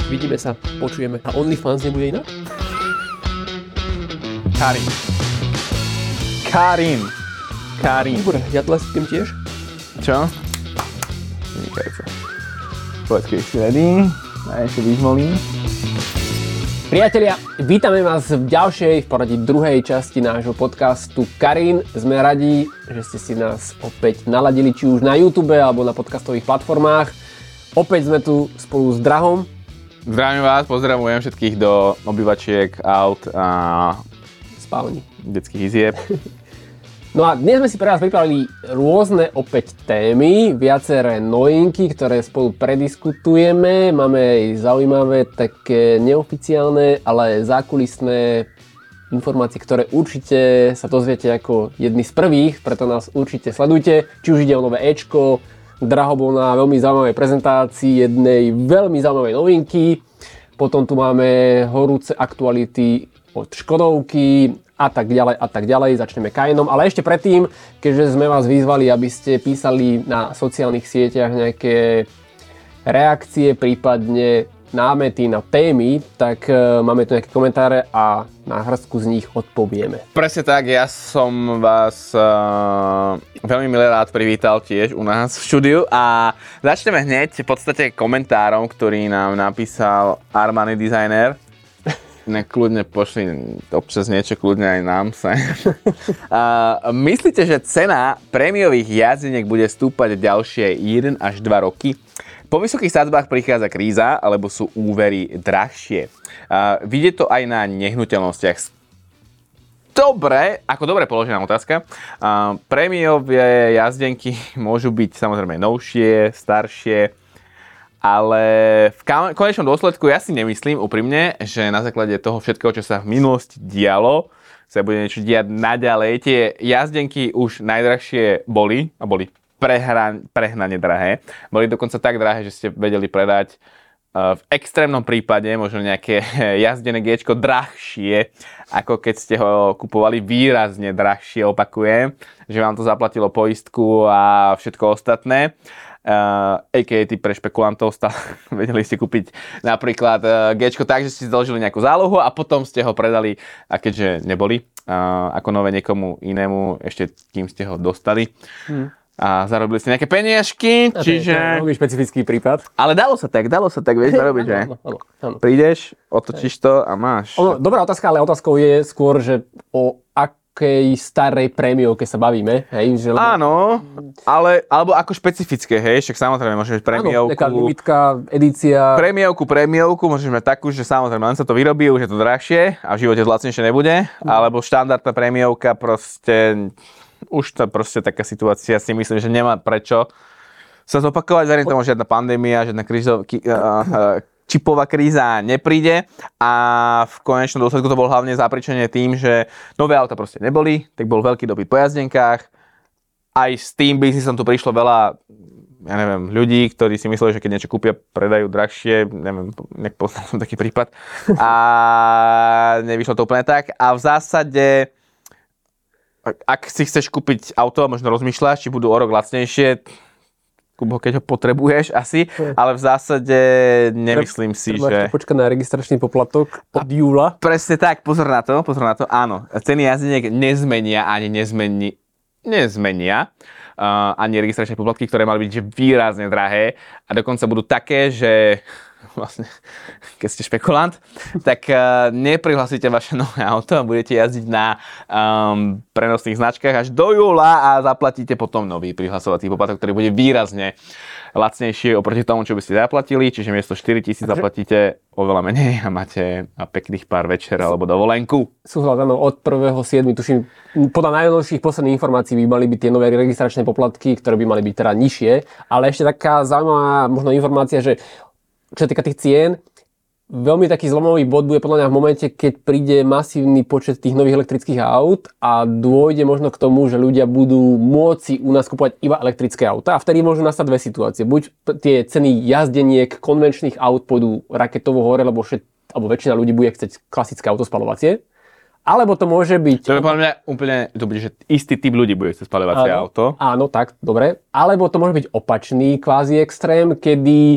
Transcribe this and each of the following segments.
Vidíme sa, počujeme. A OnlyFans nebude inak? Karin. Dobre, ja tlesknem tiež. Čo? Vynikajúce. Povedz, keď si ready. A ešte vyzvolím. Priatelia, vítame vás v ďalšej, v poradí druhej časti nášho podcastu Karin. Sme radi, že ste si nás opäť naladili, či už na YouTube alebo na podcastových platformách. Opäť sme tu spolu s Drahom. Zdravím vás, pozdravujem všetkých do obývačiek, aut a Spálni. detských izieb. No a dnes sme si pre vás pripravili rôzne opäť témy, viaceré novinky, ktoré spolu prediskutujeme. Máme aj zaujímavé, také neoficiálne, ale zákulisné informácie, ktoré určite sa dozviete ako jedni z prvých, preto nás určite sledujte. Či už ide o nové Ečko, Draho bol na veľmi zaujímavej prezentácii jednej veľmi zaujímavej novinky. Potom tu máme horúce aktuality od Škodovky a tak ďalej. Začneme Cayennom, ale ešte predtým, keďže sme vás vyzvali, aby ste písali na sociálnych sieťach nejaké reakcie, prípadne námety na témy, tak máme tu nejaké komentáre a na hrstku z nich odpovieme. Presne tak, ja som vás veľmi milé rád privítal tiež u nás v štúdiu a začneme hneď v podstate komentárom, ktorý nám napísal Armani designer. Kľudne pošli občas niečo, kľudne aj nám sa. Myslíte, že cena prémiových jazdeniek bude stúpať ďalšie 1 až 2 roky? Po vysokých sadzbách prichádza kríza, alebo sú úvery drahšie. Vidie to aj na nehnuteľnostiach. Dobre položená otázka. Prémiové jazdenky môžu byť samozrejme novšie, staršie, ale v konečnom dôsledku ja si nemyslím úprimne, že na základe toho všetkého, čo sa v minulosti dialo, sa bude niečo diať naďalej. Tie jazdenky už najdrahšie boli prehnane drahé. Boli dokonca tak drahé, že ste vedeli predať v extrémnom prípade možno nejaké jazdené Gčko drahšie, ako keď ste ho kupovali výrazne drahšie, opakujem, že vám to zaplatilo poistku a všetko ostatné. A.k.a. pre špekulantov vedeli ste kúpiť napríklad Gčko tak, že ste založili nejakú zálohu a potom ste ho predali, a keďže neboli ako nové niekomu inému, ešte kým ste ho dostali. A zarobili ste nejaké peniažky, čiže... To je veľmi špecifický prípad. Ale dalo sa tak, vieš, zarobiť, že? Áno. Prídeš, otočíš to a máš. Dobrá otázka, ale otázkou je skôr, že o akej starej prémiovke sa bavíme, hej? Že... Áno, alebo ako špecifické, hej, však samozrejme môžeš mať prémiovku. Áno, taká limitka, edícia. Prémiovku môžeš mať takú, že samozrejme len sa to vyrobí, už je to drahšie a v živote lacnejšie nebude, alebo štandardná prémiovka proste... Už to proste taká situácia, si myslím, že nemá prečo sa zopakovať. Verím tomu, žiadna pandémia, žiadna čipová kríza nepríde a v konečnom dôsledku to bol hlavne zapričenie tým, že nové auta proste neboli, tak bol veľký dopyt po jazdenkách. Aj s tým biznisom tu prišlo veľa, ľudí, ktorí si mysleli, že keď niečo kúpia, predajú drahšie, poznal som taký prípad a nevyšlo to úplne tak a v zásade ak si chceš kúpiť auto, možno rozmýšľaš, či budú o rok lacnejšie, kúp ho, keď ho potrebuješ asi, ale v zásade nemyslím si, že... Počkať na registračný poplatok od júla. Presne tak, pozor na to, áno. Ceny jazdeniek nezmenia ani registračné poplatky, ktoré mali byť výrazne drahé a dokonca budú také, že vlastne, keď ste špekulant, tak neprihlasíte vaše nové auto a budete jazdiť na prenosných značkách až do júla a zaplatíte potom nový prihlasovací poplatok, ktorý bude výrazne lacnejší oproti tomu, čo by ste zaplatili, čiže miesto 4 000 zaplatíte oveľa menej a máte pekných pár večer alebo dovolenku. Súhlas, áno, od 1.7. tuším, podľa najnovších posledných informácií by mali byť tie nové registračné poplatky, ktoré by mali byť teda nižšie, ale ešte taká zaujímavá možno informácia, že čo sa týka tých cien, veľmi taký zlomový bod bude podľa mňa v momente, keď príde masívny počet tých nových elektrických aut a dôjde možno k tomu, že ľudia budú môcť u nás kupovať iba elektrické auta a vtedy môžu nastať dve situácie. Buď tie ceny jazdeniek konvenčných aut pôjdu raketovo hore, lebo väčšina ľudí bude chcieť klasické autospalovacie, alebo to môže byť... To je podľa mňa úplne, to bude, že istý typ ľudí bude chcieť spaľovacie auto. Áno, tak, dobre. Alebo to môže byť opačný kvázi extrém, kedy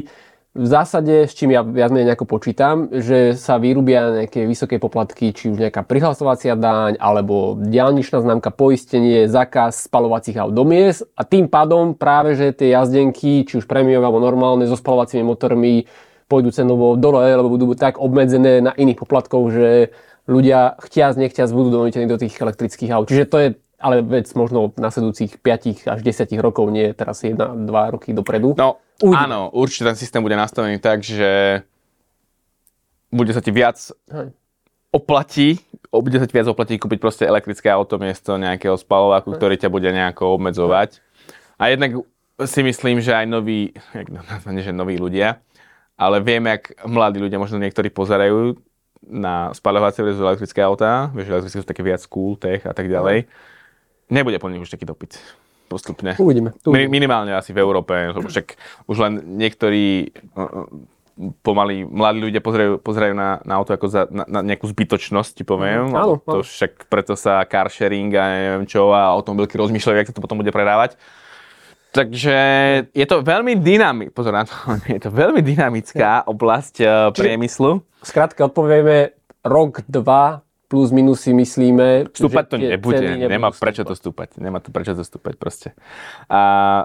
v zásade, s čím ja viac menej nejako počítam, že sa vyrúbia nejaké vysoké poplatky, či už nejaká prihlasovacia daň, alebo diaľničná známka, poistenie, zákaz spaľovacích aut do miest a tým pádom práve, že tie jazdenky, či už prémiové alebo normálne, so spaľovacími motormi pôjdu cenovo dole, lebo budú tak obmedzené na iných poplatkov, že ľudia chtiac, nechtiac budú donútení do tých elektrických aut. Čiže to je ale vec možno v nasledujúcich 5 až 10 rokov, nie teraz 1-2 roky dopredu. No, áno, určite ten systém bude nastavený tak, že bude sa ti viac oplatí kúpiť proste elektrické auto miesto nejakého spalováku, ktorý ťa bude nejako obmedzovať. A jednak si myslím, že aj noví ľudia, ale vieme, jak mladí ľudia, možno niektorí pozerajú na spaľovacie versus elektrické autá, vieš, elektrické sú také viac cool, tech a tak ďalej. Nebude po nich už taký dopyt postupne. Uvidíme. Minimálne asi v Európe, lebo však už len niektorí pomaly mladí ľudia pozerajú na auto ako na nejakú zbytočnosť, ti poviem. Áno. To však preto sa car sharing a neviem čo a automobilky rozmýšľajú, jak sa to potom bude predávať. Takže je to veľmi je to veľmi dynamická oblasť priemyslu. Skrátka odpovieme rok, 2 plus minus si myslíme, stúpať to nebude, nemá prečo to stúpať proste. A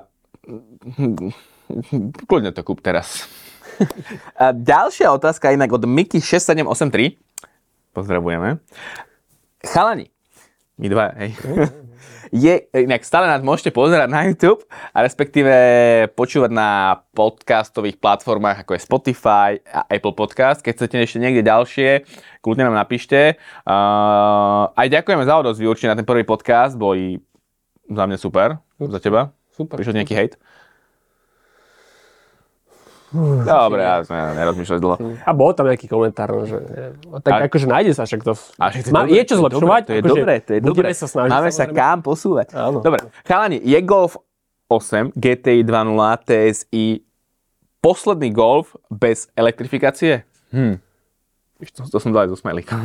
kľudne to kúp teraz. A ďalšia otázka inak od Miky6783. Pozdravujeme. Chalani, my dva, hej. Inak stále nás môžete pozerať na YouTube a respektíve počúvať na podcastových platformách ako je Spotify a Apple Podcast. Keď chcete ešte niekde ďalšie, kľudne nám napíšte. Aj ďakujeme za odozvy určite na ten prvý podcast, boli za mňa super. Za teba? Super. Prišiel nejaký hejt? Dobre, ja som nerozmýšľal dlho. A bol tam nejaký komentár, že tak akože nájde sa však to. Je čo zlepšovať. To je dobré. Budeme sa snažiť. Máme sa kam posúvať. Áno. Dobre, chalani, je Golf 8 GTI 2.0 TSI posledný Golf bez elektrifikácie? To som dal aj zo smajlíka.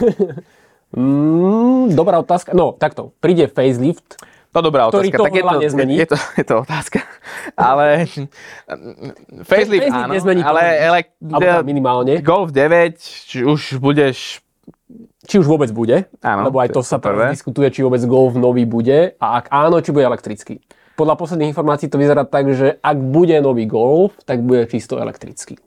Dobrá otázka. No, takto. Príde facelift. To dobrá otázka. Ktorý to veľa nezmení. Je to otázka. Ale facelift áno, nezmení ale minimálne. Golf 9, či už budeš... Či už vôbec bude, áno, lebo aj to sa teraz diskutuje, či vôbec Golf nový bude a ak áno, či bude elektrický. Podľa posledných informácií to vyzerá tak, že ak bude nový Golf, tak bude čisto elektrický.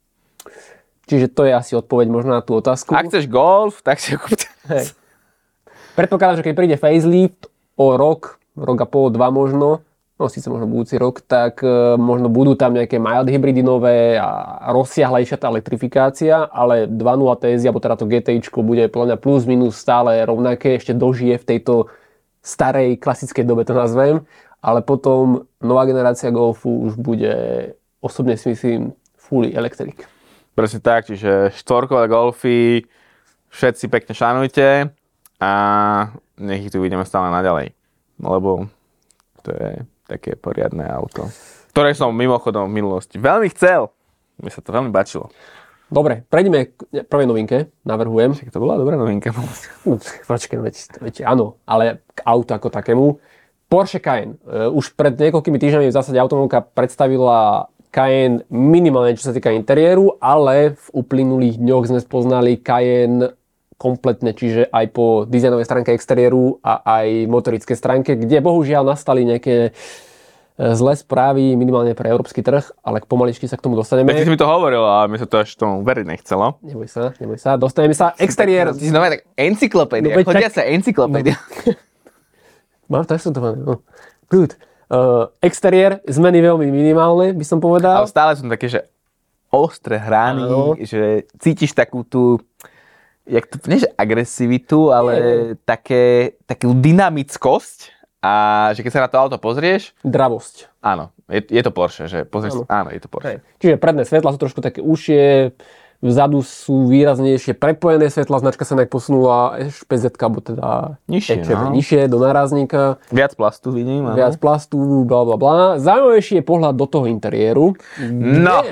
Čiže to je asi odpoveď možno na tú otázku. Ak chceš Golf, tak si ho kúpte. Predpokladám, že keď príde facelift o rok a pol, 2 možno, no síce možno budúci rok, tak možno budú tam nejaké mild hybridy nové a rozsiahlejšia tá elektrifikácia, ale 2.0 TSI, alebo teda to GTIčko bude podľa mňa plus minus stále rovnaké, ešte dožije v tejto starej klasickej dobe, to nazvem, ale potom nová generácia Golfu už bude, osobne si myslím, fully electric. Presne tak, čiže štvorkové Golfy všetci pekne šanujte a nech ich tu vidíme stále naďalej, lebo to je také poriadne auto, ktoré som mimochodom v minulosti veľmi chcel. Mi sa to veľmi páčilo. Dobre, prejdeme k prvej novinke, navrhujem. Však to bola dobrá novinka. Počkaj, veď áno, ale k autu ako takému. Porsche Cayenne. Už pred niekoľkými týždňami v zásade automobilka predstavila Cayenne minimálne čo sa týka interiéru, ale v uplynulých dňoch sme spoznali Cayenne kompletne, čiže aj po dizajnovej stránke exteriéru a aj motorické stránke, kde bohužiaľ nastali nejaké zlé správy minimálne pre európsky trh, ale pomaličky sa k tomu dostaneme. Ty si mi to hovoril, ale mi sa to až tomu veriť nechcelo. Neboj sa, dostaneme sa. Exteriér. Ty si znova tak encyklopédia, chodia sa encyklopédia. Mám to eštudované, no. Good. Exteriér, zmeny veľmi minimálne, by som povedal. Ale stále sú také, že ostré hrány, že cítiš takú tú nie že agresivitu, ale takú dynamickosť a že keď sa na to auto pozrieš... Dravosť. Áno, je to Porsche, že pozrieš áno, je to Porsche. Hej. Čiže predné svetla sú trošku také užšie, vzadu sú výraznejšie prepojené svetla, značka sa nejak posunula PZ, alebo teda nižšie do nárazníka. Viac plastu vidím, áno. Viac plastu, blablabla. Zaujímavejší je pohľad do toho interiéru. No!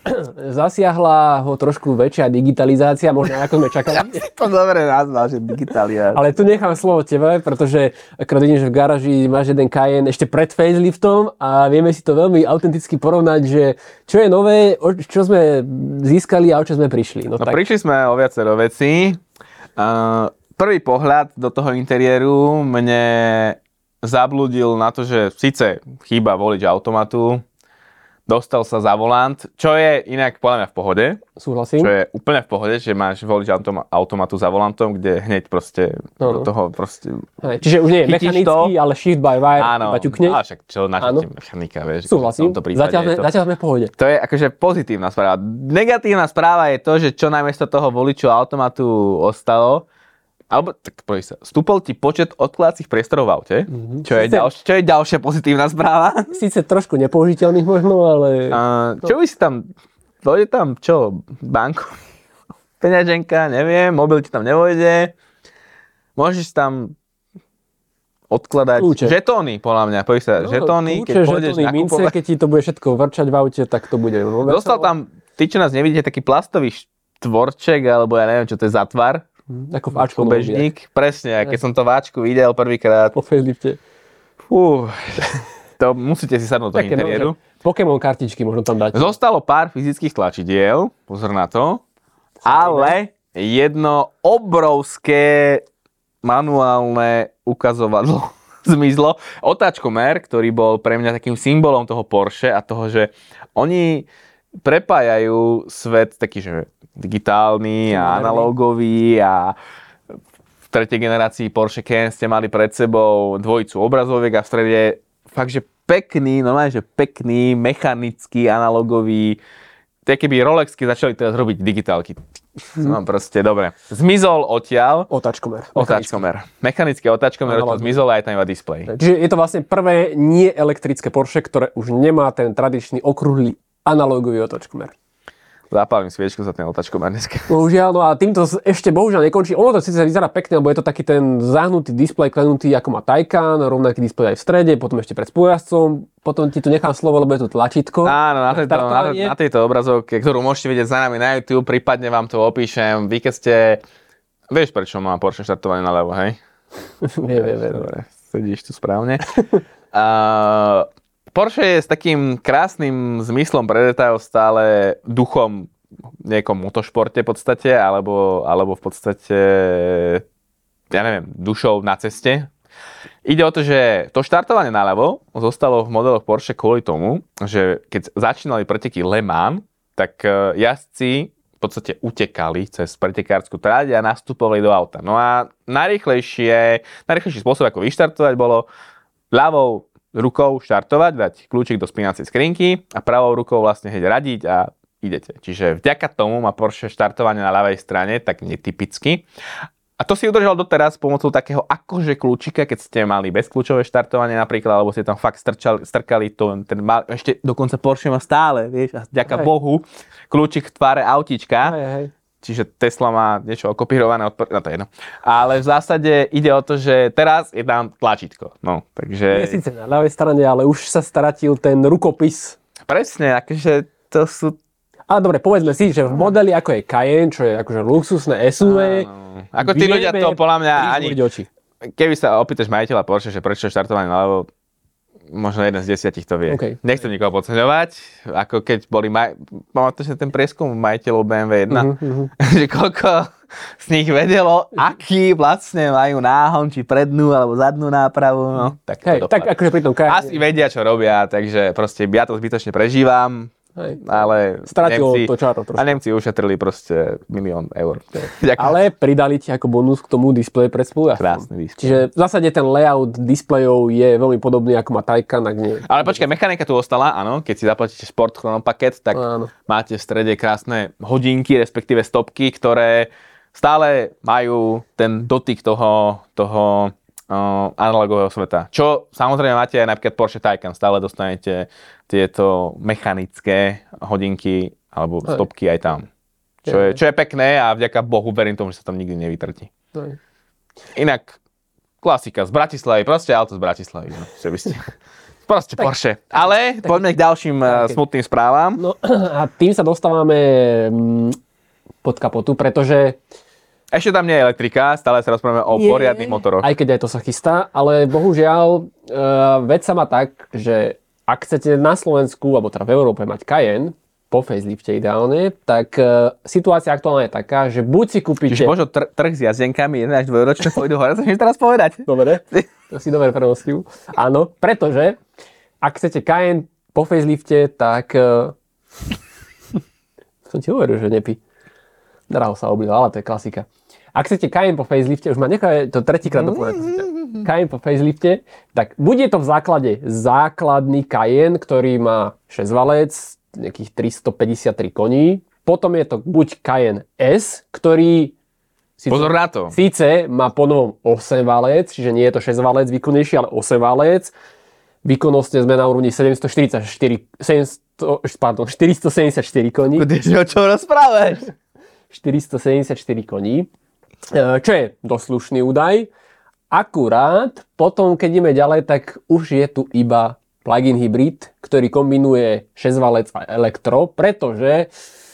Zasiahla ho trošku väčšia digitalizácia, možno ako sme čakali. To dobre nazval, že digitalizácia. Ale tu nechám slovo tebe, pretože akorát vidím, že v garáži máš jeden Cayenne ešte pred faceliftom a vieme si to veľmi autenticky porovnať, že čo je nové, čo sme získali a o čo sme prišli. No prišli sme o viacero vecí. Prvý pohľad do toho interiéru mne zablúdil na to, že síce chýba volič automatu, dostal sa za volant, čo je inak podľa mňa v pohode. Súhlasím. Čo je úplne v pohode, že máš volič automatu za volantom, kde hneď proste do toho proste... Čiže už nie je mechanický, ale shift by wire, iba ťukne. Áno, však čo naša mechanika, vieš. Súhlasím, zatiaľ sme v pohode. To je akože pozitívna správa. Negatívna správa je to, že čo namiesto toho voliču automatu ostalo, alebo, tak povedz sa, stúpol ti počet odkladacích priestorov v aute, čo je ďalšia pozitívna správa. Síce trošku nepoužiteľných možno, ale... Čo by si tam, dojde tam čo, banko, peňaženka, neviem, mobil ti tam nevojde, môžeš tam odkladať žetóny, podľa mňa, povedz sa, žetóny, keď pôjdeš nakupovať. Keď ti to bude všetko vrčať v aute, tak to bude... Dostal tam, tí, čo nás nevidíte, taký plastový štvorček, alebo ja neviem, čo to je za tvar. Ako v Ačku. Bežník, presne, keď som to v Ačku videl prvýkrát. Po facelifte. To musíte si sadnúť do interiéru. Pokémon kartičky možno tam dať. Zostalo pár fyzických tlačidiel, pozor na to, ale jedno obrovské manuálne ukazovadlo zmizlo. Otáčkomer, ktorý bol pre mňa takým symbolom toho Porsche a toho, že oni prepájajú svet taký, že digitálny a analógový a v tretej generácii Porsche Cayenne ste mali pred sebou dvojicu obrazoviek a v strede fakt, že pekný, normálne, že pekný, mechanický, analogový, to je keby Rolexky začali teraz robiť digitálky. No proste, dobre. Zmizol odtiaľ. Otáčkomer. Mechanický otáčkomer, to zmizol a je tam iba displej. Čiže je to vlastne prvé nie elektrické Porsche, ktoré už nemá ten tradičný okrúhly analógový otáčkomer. Zapálim sviečku za ten otáčkomer dneska. Bohužiaľ, no a týmto ešte bohužiaľ nekončí. Ono to síce vyzerá pekne, lebo je to taký ten zahnutý displej, klenutý ako má Taycan, rovnaký displej aj v strede, potom ešte pred spojazcom, potom ti tu nechám slovo, lebo je tu tlačítko. Áno, na tejto obrazovke, ktorú môžete vidieť za nami na YouTube, prípadne vám to opíšem. Vy keď ste... Vieš, prečo má Porsche štartovanie naľavo, hej? Viem. Dobre, sedíš tu správne. Porsche je s takým krásnym zmyslom pre detail stále duchom niekom motošporte v podstate, alebo v podstate, ja neviem, dušou na ceste. Ide o to, že to štartovanie naľavo zostalo v modeloch Porsche kvôli tomu, že keď začínali preteky Le Mans, tak jazdci v podstate utekali cez pretekárskú tráť a nastupovali do auta. No a najrýchlejší spôsob, ako vyštartovať, bolo ľavou rukou štartovať, dať kľúčik do spínacej skrinky a pravou rukou vlastne hneď radiť a idete. Čiže vďaka tomu má Porsche štartovanie na ľavej strane tak netypicky. A to si udržal doteraz pomocou takého akože kľúčika, keď ste mali bezkľúčové štartovanie napríklad, alebo ste tam fakt strkali ten mal, ešte dokonca Porsche má stále, vieš, a vďaka Bohu, kľúčik v tvare autíčka. Hej. Čiže Tesla má niečo okopírované, no to je jedno. Ale v zásade ide o to, že teraz je tam tlačítko. No, takže... Je síce na ľavej strane, ale už sa stratil ten rukopis. Presne, akože to sú... Ale dobre, povedzme si, že v modeli ako je Cayenne, čo je akože luxusné SUV... Ako tí ľudia to podľa mňa ani... Keby sa opýtaš majiteľa Porsche, že prečo štartovanie naľavo, možno 1 z 10 to vie. Okay. Nechcem nikoho podceňovať, ako keď boli pamätáš ten prieskum majiteľov BMW 1, že koľko z nich vedelo, aký vlastne majú náhon, či prednú alebo zadnú nápravu, no, tak to tak akože pri tom asi vedia, čo robia, takže proste ja to zbytočne prežívam. Ale Nemci ušetrili proste 1 000 000 eur. Ale pridali ti ako bonus k tomu displej pred spolujazcom. Krásny displej. Čiže v zásade ten layout displejov je veľmi podobný ako má Taycan. Ale počkaj, mechanika tu ostala, áno. Keď si zaplatíte Sport Chrono paket, tak máte v strede krásne hodinky, respektíve stopky, ktoré stále majú ten dotyk toho analogového sveta. Čo samozrejme máte aj napríklad Porsche Taycan. Stále dostanete tieto mechanické hodinky alebo stopky aj tam. Čo je pekné a vďaka Bohu verím tomu, že sa tam nikdy nevytrtí. Inak klasika z Bratislavy, proste auto z Bratislavy. No, čo by ste... Proste Porsche. Ale poďme k ďalším smutným správam. No a tým sa dostávame pod kapotu, pretože ešte tam nie je elektrika, stále sa rozprávame o poriadnych motoroch. Aj keď aj to sa chystá, ale bohužiaľ vec sa má tak, že ak chcete na Slovensku, alebo teda v Európe mať Cayenne, po facelifte ideálne, tak situácia aktuálne je taká, že buď si kúpite... Čiže možno trh s jazdenkami 1 až 2 ročne pôjdu hore, to chceš teraz povedať. Dobre, to si dobre premostil. Áno, pretože ak chcete Cayenne po facelifte, tak... som ti hovoril, že nepí. Draho sa oblil, ale to je klasika. Ak chcete Cayenne po facelifte, už ma nechaj to tretíkrát dopovedať. Cayenne po facelifte, tak bude to v základe základný Cayenne, ktorý má 6 valec, nejakých 353 koní. Potom je to buď Cayenne S, ktorý pozor na to. Síce má po novom 8 valec, čiže nie je to 6 valec výkonnejší, ale 8 valec. Výkonnostne sme na úrovni 474 koní. O čom rozprávaš? 474 koní, čo je dosť slušný údaj. Akurát potom, keď ideme ďalej, tak už je tu iba plug-in hybrid, ktorý kombinuje 6 valec a elektro, pretože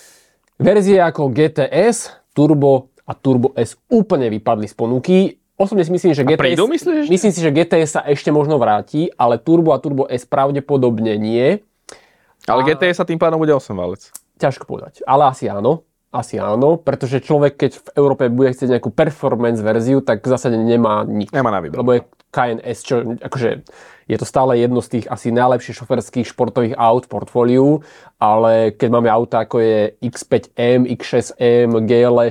verzie ako GTS, Turbo a Turbo S úplne vypadli z ponuky. Osobne si myslím, že prídu, myslíš? Myslím si, že GTS sa ešte možno vráti, ale Turbo a Turbo S pravdepodobne nie. Ale GTS sa tým pádom bude 8 valec. Ťažko povedať, ale asi áno. Asi áno, pretože človek, keď v Európe bude chcieť nejakú performance verziu, tak v zásade nemá nič. Nemá na výber. Lebo je Cayenne S, čo akože je to stále jedno z tých asi najlepších šoferských športových aut v portfóliu, ale keď máme auta ako je X5M, X6M, GL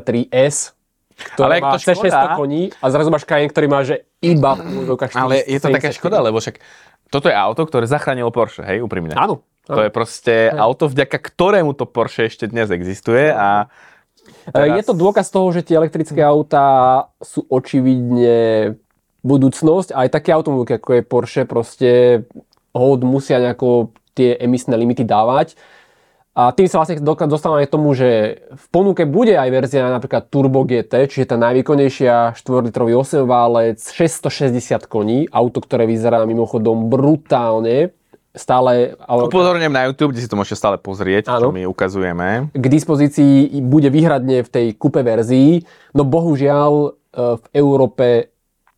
63S, ktoré má 600 koní a zrazu máš Cayenne, ktorý má že iba... Ale je to taká škoda, lebo však toto je auto, ktoré zachránilo Porsche, hej, úprimne. Áno. To je proste auto, vďaka ktorému to Porsche ešte dnes existuje a teraz... Je to dôkaz toho, že tie elektrické autá sú očividne budúcnosť. Aj také automobilky, ako je Porsche, proste musia nejako tie emisné limity dávať. A tým sa vlastne dostávame k tomu, že v ponuke bude aj verzia napríklad Turbo GT, čiže tá najvýkonnejšia 4-litrový 8-válec, 660 koní, auto, ktoré vyzerá mimochodom brutálne. Stále... Upozorňujem na YouTube, kde si to môžete stále pozrieť, áno, čo my ukazujeme. K dispozícii bude výhradne v tej coupe verzii, no bohužiaľ v Európe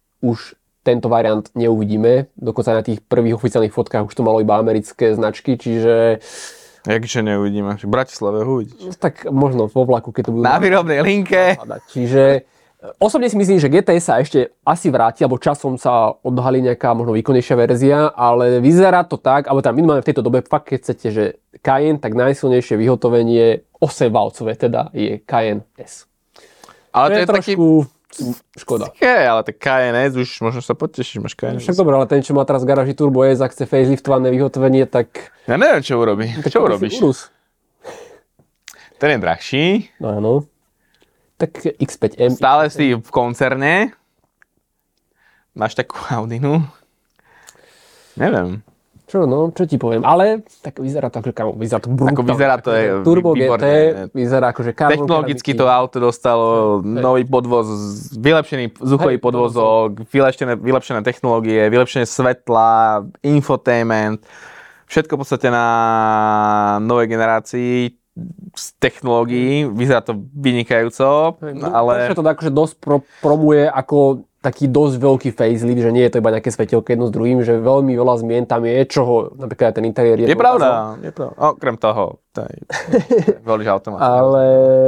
už tento variant neuvidíme. Dokonca na tých prvých oficiálnych fotkách už to malo iba americké značky, čiže... Jakže neuvidíme? V Bratislave ho uvidíš. Tak možno vo vlaku, keď to budú... Na výrobnej linke. Čiže... Osobne si myslím, že GTS sa ešte asi vráti, alebo časom sa odhalí nejaká možno výkonnejšia verzia, ale vyzerá to tak, alebo tam minimálne v tejto dobe, fakt keď chcete, že Cayenne, tak najsilnejšie vyhotovenie 8-valcové teda je Cayenne S. Ale to je trošku škoda. Ale tak Cayenne S už možno sa potešíš, máš Cayenne S. Však dobre, ale ten, čo má teraz v garáži Turbo S a chce faceliftované vyhotovenie, tak... Ja neviem, čo urobí. Čo urobíš? Ten je drahší. No áno. Tak X5M. Stále si v koncerne. Máš takú Audinu. Neviem. Čo ti poviem, ale tak vyzerá to ako vyzerá to brutálne. Ako vyzerá to je Turbo výborné. GT, vyzerá akože carbon. Technologicky to auto dostalo nový podvoz, vylepšený vzduchový podvozok, vylepšené technológie, vylepšené svetla, infotainment, všetko v podstate na novej generácii z technológií, vyzerá to vynikajúco, ale... To akože dosť promuje ako taký dosť veľký facelift, že nie je to iba nejaké svetelko jedno s druhým, že veľmi veľa zmien tam je, čoho napríklad ten interiér je. Je pravda. Okrem toho, to je veľmi automat. Ale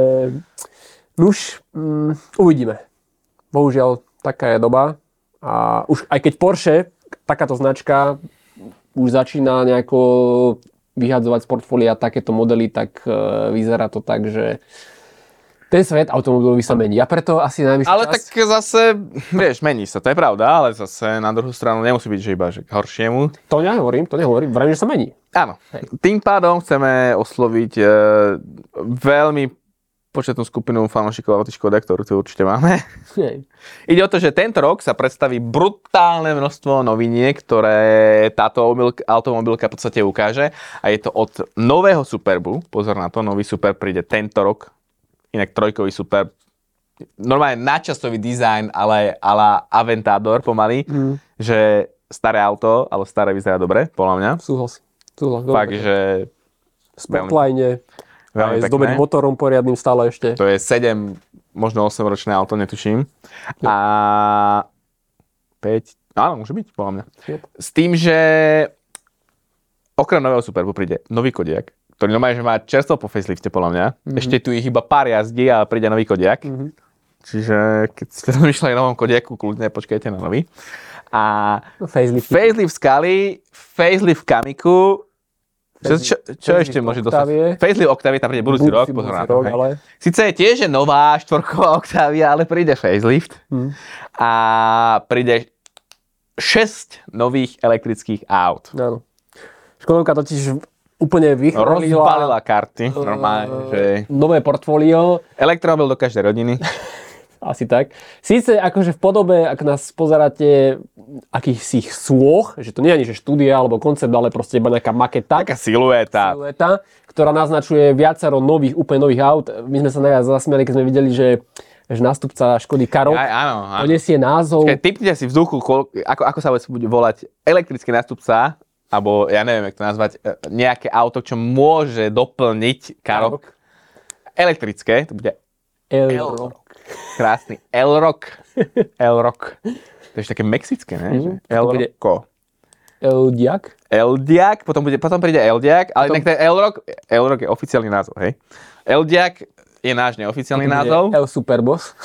uvidíme. Bohužiaľ, taká je doba. A už aj keď Porsche, takáto značka, už začína nejako vyhadzovať z portfólia takéto modely, tak vyzerá to tak, že ten svet automobilový sa mení. A preto asi najvyšší čas. Ale tak zase, vieš, mení sa, to je pravda, ale zase na druhú stranu nemusí byť, že iba že k horšiemu. To nehovorím, vravím, že sa mení. Áno. Tým pádom chceme osloviť veľmi početnú skupinu fanúšikov auty Škoda, ktorú tu určite máme. Ide o to, že tento rok sa predstaví brutálne množstvo noviniek, ktoré táto automobilka v podstate ukáže. A je to od nového Superbu, pozor na to, nový Superb príde tento rok, inak trojkový Superb, normálne nadčasový dizajn, ale a la Aventador pomaly, že staré auto, ale staré vyzerá dobre, podľa mňa. Súhlas. Fakt, že... Sportline, veľmi aj s pekné. dobrým motorom poriadnym stále ešte. To je 7, možno 8 ročné auto, netuším. A 5, áno, môže byť, podľa mňa. Yep. S tým, že okrem nového Superbu príde nový Kodiaq, ktorý normálne, že má čerstvo po facelifte, podľa mňa. Ešte tu ich iba pár jazdí a príde nový Kodiaq. Čiže keď ste rozmýšľali o novom Kodiaqu, kľudne počkajte na nový. A Facelift Scali, facelift Kamiku. Čo ešte môže dostať? Facelift Octavia tam príde budúci rok, pozor na to. Ale... Sice je tiež nová štvorková Octavia, ale príde facelift. A príde 6 nových elektrických aut. Áno. Škodovka totiž úplne rozbalila karty. Normálne, že... Nové portfólio. Elektromobil do každej rodiny. Asi tak. Síce akože v podobe, ak nás pozeráte akýchsi sôch, že to nie je ani že štúdia alebo koncept, ale proste iba nejaká maketa. Taká silueta, ktorá naznačuje viacero úplne nových aut. My sme sa najviac zasmiali, keď sme videli, že nástupca Škody Karoq donesie názov. Tipnite si vzduchu, ako sa bude volať elektrický nástupca, alebo ja neviem, jak to nazvať, nejaké auto, čo môže doplniť Karoq. Elektrické, to bude Elroq. Krásny. Elroq. To je také mexické, ne? Elroq. Eldiaq, potom príde Eldiaq, ale inak ten Elroq je oficiálny názov, hej? Eldiaq je náš neoficiálny názov. El Superboss.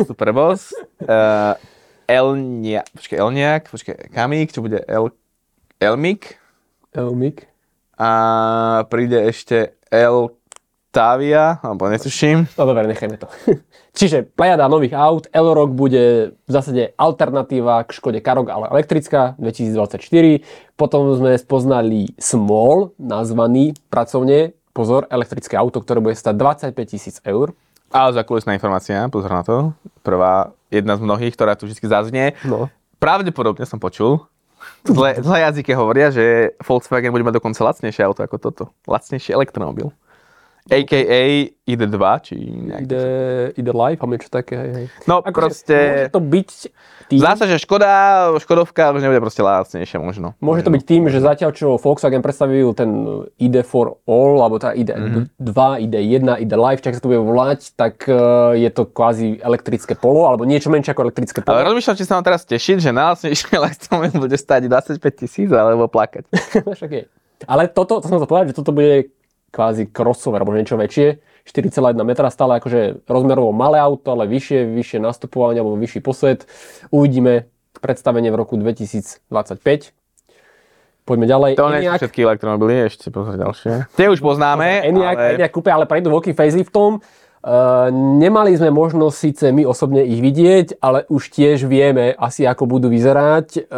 Elniaq, Kamík, čo bude Elmik. A príde ešte Eltavia, alebo netuším. No dobre, nechajme to. Čiže plejada nových aut, Elroq bude v zásade alternatíva k Škode Karoq, ale elektrická, 2024. Potom sme spoznali Small, nazvaný pracovne, pozor, elektrické auto, ktoré bude stať 25 000 eur. Ale zákulisná informácia, pozor na to. Prvá, jedna z mnohých, ktorá tu vždy zaznie. No. Pravdepodobne som počul. Zlé jazyky hovoria, že Volkswagen bude mať dokonca lacnejšie auto ako toto. Lacnejší elektromobil. A.k.a. ID2, či nejaký... ID Live, alebo niečo také, hej. No ako proste... Môže to byť tým... Zdá sa, že Škodovka už nebude proste lacnejšia možno. Môže to byť tým, že zatiaľ, čo Volkswagen predstavil ten ID for All, alebo tá ID2, ID1, ID Live, čak sa to bude volať, tak je to kvázi elektrické polo, alebo niečo menšie ako elektrické polo. Ale rozmýšľam, či sa vám teraz tešiť, že najlacnejšie elektromobil bude stáť 25 000, alebo plakať. Ale to som chcel povedať, že toto bude kvázi crossover, alebo niečo väčšie, 4,1 metra, stále akože rozmerovo malé auto, ale vyššie nastupovanie, alebo vyšší posed. Uvidíme predstavenie v roku 2025. Poďme ďalej. To nie sú všetky elektromobily, ešte pozor ďalšie. Tie už poznáme. Enyaq kúpe, ale prejdú veľkým faceliftom. Nemali sme možnosť síce my osobne ich vidieť, ale už tiež vieme asi, ako budú vyzerať.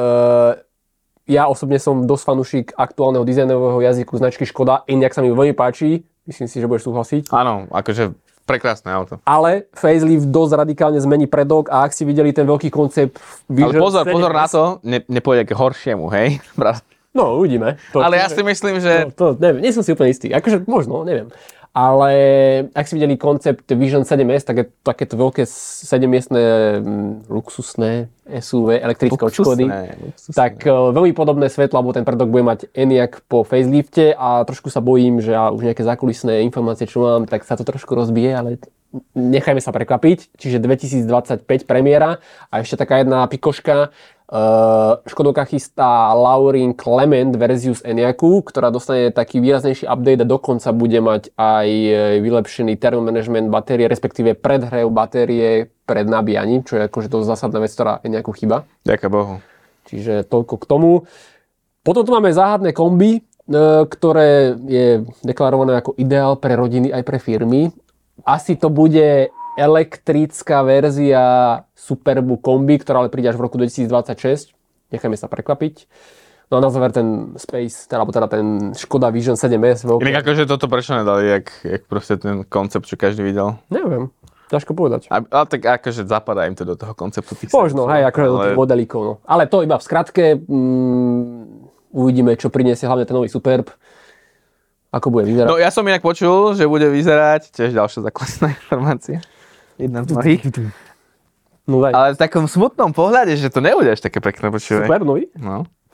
Ja osobne som dosť fanúšik aktuálneho dizajnového jazyku značky Škoda. Enyaq sa mi veľmi páči. Myslím si, že budeš súhlasiť. Áno, akože prekrásne auto. Ale facelift dosť radikálne zmení predok a ak si videli ten veľký koncept Vision. Ale pozor na to, nepôjde k horšiemu, hej? No, uvidíme. Ale ja si myslím, že... Neviem, nie som si úplne istý. Akože možno, neviem. Ale ak si videli koncept Vision 7S, tak je takéto veľké 7-miestne luxusné SUV elektrické od Škody. Tak veľmi podobné svetlo, alebo ten predok bude mať Enyaq po facelifte a trošku sa bojím, že už nejaké zákulisné informácie, čo mám, tak sa to trošku rozbije, ale nechajme sa prekvapiť. Čiže 2025 premiéra a ešte taká jedna pikoška. Škodovka chystá Laurin Clement verziu z Enyaqu, ktorá dostane taký výraznejší update a dokonca bude mať aj vylepšený thermal management batérie, respektíve predhrev batérie pred nabíjaním, čo je akože to zásadná vec, ktorá Enyaqu chýba. Ďakujem Bohu. Čiže toľko k tomu. Potom tu máme záhadné kombi, ktoré je deklarované ako ideál pre rodiny aj pre firmy. Asi to bude elektrická verzia Superbu kombi, ktorá ale príde až v roku 2026. Nechajme sa prekvapiť. No a na záver ten Space, alebo teda ten Škoda Vision 7S. Inak akože toto prečo nedali, jak proste ten koncept, čo každý videl? Neviem, ťažko povedať. Ale tak akože zapadá im to do toho konceptu. Možno, hej, akože do tých modelíkov. No. Ale to iba v skratke. Uvidíme, čo priniesie hlavne ten nový Superb. Ako bude vyzerať. No ja som inak počul, že bude vyzerať, tiež ďalšia základná informácia. Jedna z mnohých. No, ale v takom smutnom pohľade, že to nebude až také pekné počúvať. Super nový? No.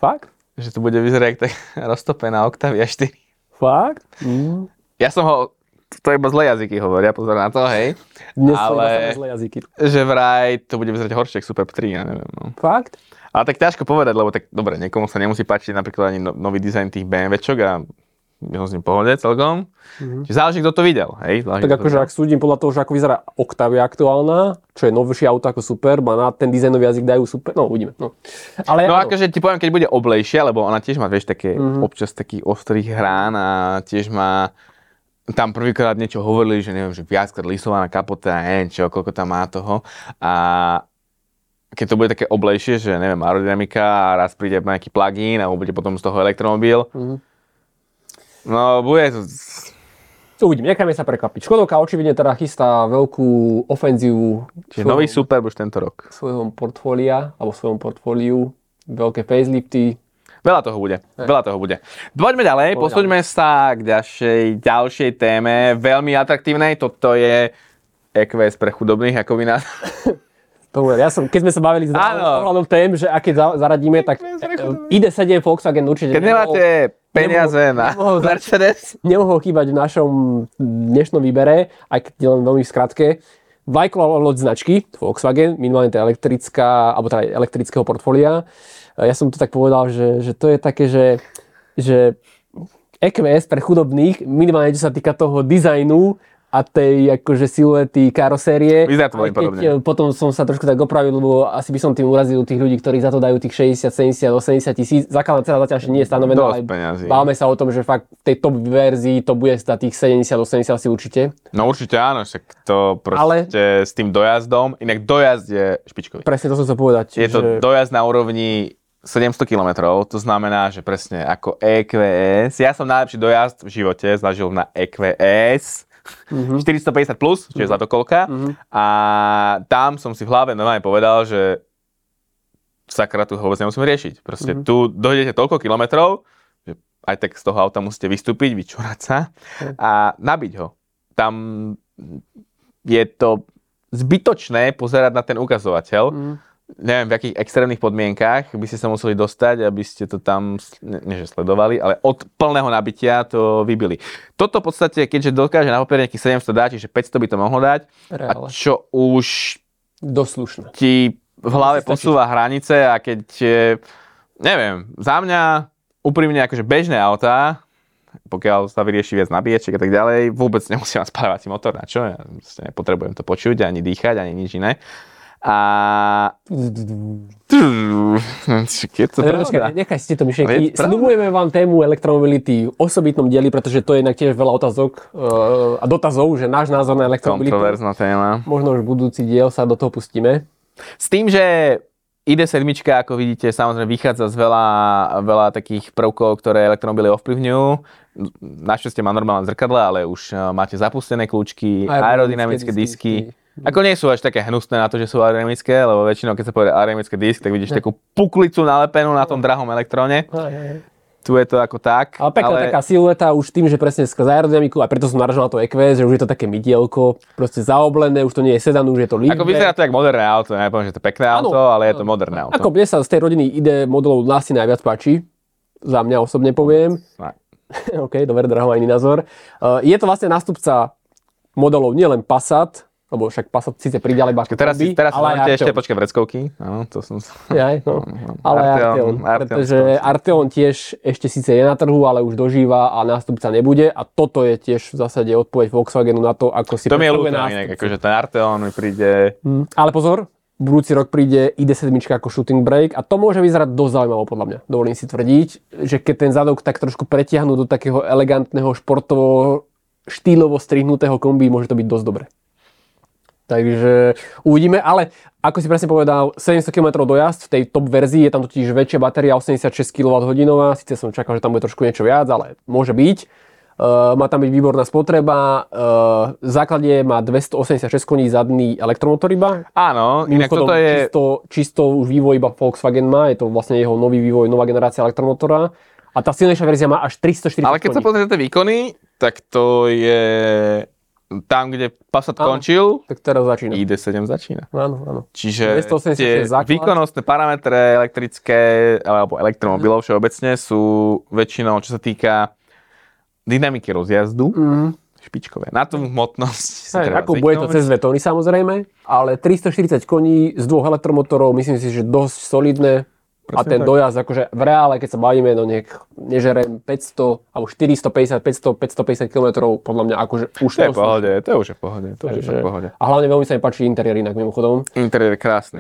Fakt? Že to bude vyzerať jak tak roztopená Octavia 4. Fakt? Ja som ho, to iba zlé jazyky hovoria, pozor na to, hej. Dnes sú iba Ale samé zlé jazyky. že vraj to bude vyzerať horšie ako Superb 3, ja neviem. No. Fakt? Ale tak ťažko povedať, lebo tak dobre, niekomu sa nemusí páčiť napríklad ani nový dizajn tých BMWčok a je ho s ním pohode celkom. Čiže záleží, kto to videl, hej. Tak akože ak súdim podľa toho, že ako vyzerá Octavia aktuálna, čo je novšie auto ako Superb a na ten dizajnový jazyk dajú super, no uvidíme. No, ale no áno. akože ti poviem, keď bude oblejšia, lebo ona tiež má, vieš, také občas takých ostrých hrán a tiež má tam prvýkrát niečo hovorili, že neviem, že viackrát lisovaná kapota a neviem čo, koľko tam má toho. A keď to bude také oblejšie, že neviem, aerodynamika a raz príde nejaký plug-in a bude potom z toho elektromobil. No, bude to... Uvidíme, necháme sa prekvapiť. Škodovka očividne teda chystá veľkú ofenzívu. Čiže nový Superb už tento rok. Svojom portfólia, alebo svojom portfóliu. Veľké facelifty. Veľa toho bude, veľa toho bude. Poďme ďalej, posúďme sa k ďalšej téme, veľmi atraktívnej. Toto je EQS pre chudobných, ako vy nás... Keď sme sa bavili s ohľadom tém, že aké zaradíme, tak ID7 Volkswagen určite keď nemáte peniaze na Mercedes, nemohol chýbať v našom dnešnom výbere, aj keď len veľmi v skratke. Vlajková loď značky Volkswagen, minimálne tá elektrická, alebo teda elektrického portfólia. Ja som to tak povedal, že to je také, že EQS pre chudobných, minimálne čo sa týka toho dizajnu a tej akože siluety karosérie. Vyzerá to veľmi podobne. Potom som sa trošku tak opravil, lebo asi by som tým urazil tých ľudí, ktorí za to dajú tých 60, 70, 80 tisíc. Základná cena zatiaľ ešte nie je stanovená, ale bávame sa o tom, že fakt v tej top verzii to bude stať tých 70, 80 asi určite. No určite áno, však to proste s tým dojazdom, inak dojazd je špičkový. Presne to som chcel povedať. Je to dojazd na úrovni 700 km, to znamená, že presne ako EQS. Ja som najlepší dojazd v živote zažil na EQS. 450 plus, čiže za to koľka. A tam som si v hlave normálne povedal, že sakra, tu ho vôbec nemusím riešiť. Proste tu dojdete toľko kilometrov, že aj tak z toho auta musíte vystúpiť, vyčúrať sa a nabiť ho. Tam je to zbytočné pozerať na ten ukazovateľ. Neviem, v akých extrémnych podmienkách by ste sa museli dostať, aby ste to tam, neže sledovali, ale od plného nabitia to vybili. Toto v podstate, keďže dokáže na papieri nejakých 700 dať, čiže 500 by to mohlo dať, a čo už doslušné ti v hlave posúva hranice a keď, neviem, za mňa úprimne akože bežné autá, pokiaľ sa vyrieši viac nabíjačiek a tak ďalej, vôbec nemusím mať spáľovací motor, na čo? Ja nepotrebujem to počuť, ani dýchať, ani nič iné. A... Nechaj si tieto myšlenky. Sľubujeme vám tému elektromobility v osobitnom dieli, pretože to je inak tiež veľa otázok a dotazov, že náš názor na elektromobilitu. Kontroverzná téma. Možno už budúci diel sa do toho pustíme. S tým, že ID7, ako vidíte, samozrejme vychádza z veľa takých prvkov, ktoré elektromobily ovplyvňujú. Našťastie má normálne zrkadle, ale už máte zapustené kľúčky, aerodynamické disky. Ako nie sú až také hnusné na to, že sú aerodynamické, lebo väčšinou, keď sa povie aerodynamické disk, tak vidíš takú puklicu nalepenú na tom drahom elektróne. Tu je to ako tak. Ale pekná taká silueta už tým, že presne skrz aerodynamiku, a preto som naražal na to EQS, že už je to také mydielko, proste zaoblené, už to nie je sedan, už je to liftback. Ako vyzerá to jak moderné auto, nepoviem, že to je pekné auto, ale je to moderné auto. Ako mne sa z tej rodiny ID modelov asi najviac páči, za mňa osobne poviem. OK, dobre, drahom aj iný názor. Je to vlastne nástupca modelov nielen Passat, lebo však Passat síce príde, ale iba teraz ale aj ešte počkaj vreckovky. Áno, to som... Ale Arteon. Pretože Arteon tiež ešte síce je na trhu, ale už dožíva a nástupca nebude. A toto je tiež v zásade odpoveď Volkswagenu na to, ako si predstavuje nástupcu. To mi je ľúto, akože ten Arteon mi príde... Ale pozor, budúci rok príde ID7 ako shooting brake a to môže vyzerať dosť zaujímavo podľa mňa. Dovolím si tvrdiť, že keď ten zadok tak trošku pretiahnu do takého elegantného, športovo, štýlovo strihnutého kombi, môže to byť dosť dobre. Takže uvidíme, ale ako si presne povedal, 700 km dojazd v tej top verzii, je tam totiž väčšia batéria, 86 kWh, síce som čakal, že tam bude trošku niečo viac, ale môže byť. Má tam byť výborná spotreba, v základe má 286 koní zadný elektromotor iba. Áno, inak toto je... Čisto už vývoj iba Volkswagen má, je to vlastne jeho nový vývoj, nová generácia elektromotora. A tá silnejšia verzia má až 340 koní. Ale keď sa pozriete tie výkony, tak to je tam, kde Passat končil, tak teraz začína. ID7 začína. Áno. Čiže 286 tie základ. výkonnostné parametre elektrické alebo elektromobilov všeobecne sú väčšinou, čo sa týka dynamiky rozjazdu, špičkové. Na tú hmotnosť si treba ako bude to cez 2 tony samozrejme, ale 340 koní z 2 elektromotorov, myslím si, že dosť solidné. A ten dojazd, akože v reále, keď sa bavíme, no nech nežerem 500 alebo 450, 550 km, podľa mňa akože už to je v pohode, to je už v pohode. A hlavne veľmi sa mi páči interiér inak mimochodom. Interiér je krásny.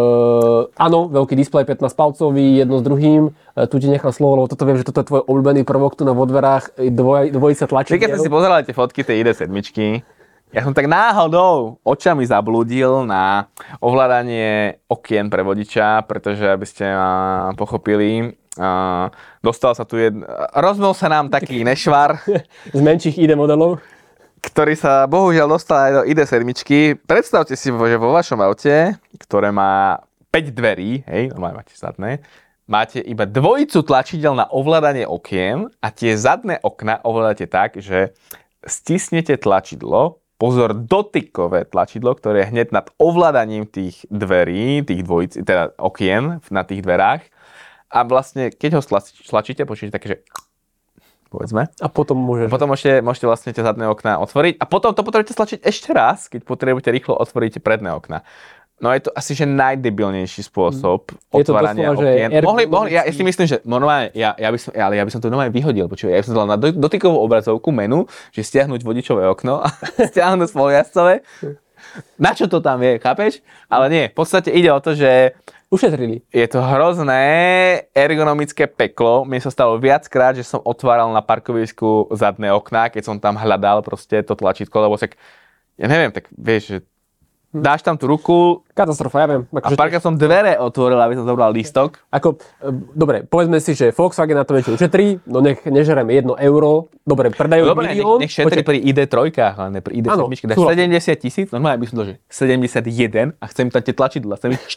Áno, veľký displej 15-palcový, jedno s druhým. Tu ti nechám slovo, lebo toto viem, že toto je tvoj obľúbený prvok tu na vodverách, dvojica tlačí. Keď ste si pozerali tie fotky tej ID7, ja som tak náhodou očami zablúdil na ovládanie okien pre vodiča, pretože aby ste pochopili, dostal sa tu rozmol sa nám taký nešvar z menších ID modelov, ktorý sa bohužiaľ dostal aj do ID7. Predstavte si, že vo vašom aute, ktoré má 5 dverí, hej, máte zadné, máte iba dvojicu tlačidel na ovládanie okien a tie zadné okna ovládate tak, že stisnete tlačidlo, pozor, dotykové tlačidlo, ktoré je hneď nad ovládaním tých dverí, tých dvojic, teda okien na tých dverách. A vlastne, keď ho stlačíte, počujete také, že povedzme. A potom môžete vlastne tie zadné okná otvoriť. A potom to potrebujete stlačiť ešte raz, keď potrebujete rýchlo otvoriť predné okná. No je to asi, že najdebilnejší spôsob otvárania okien. Ja si myslím, že normálne, ja by som to normálne vyhodil. Počuj, ja by som to dal na dotykovú obrazovku menu, že stiahnuť vodičové okno a stiahnuť spolujazdcové. Na čo to tam je, chápeš? Ale nie, v podstate ide o to, že ušetrili. Je to hrozné ergonomické peklo. Mne sa stalo viackrát, že som otváral na parkovisku zadné okná, keď som tam hľadal proste to tlačítko, lebo tak, ja neviem, tak vieš, že dáš tam tú ruku. Katastrofa, ja viem. A párkrát som dvere otvoril, aby som zobral lístok. Dobre, povedzme si, že Volkswagen na to niečo ušetrí, no nech nežereme 1 euro. Dobre, predajú milión. Nech šetrí pri ID3, ale ne pri ID7. Dáš 70 000, normálne by som to, že 71 a chcem tam tie tlačidla, chcem ich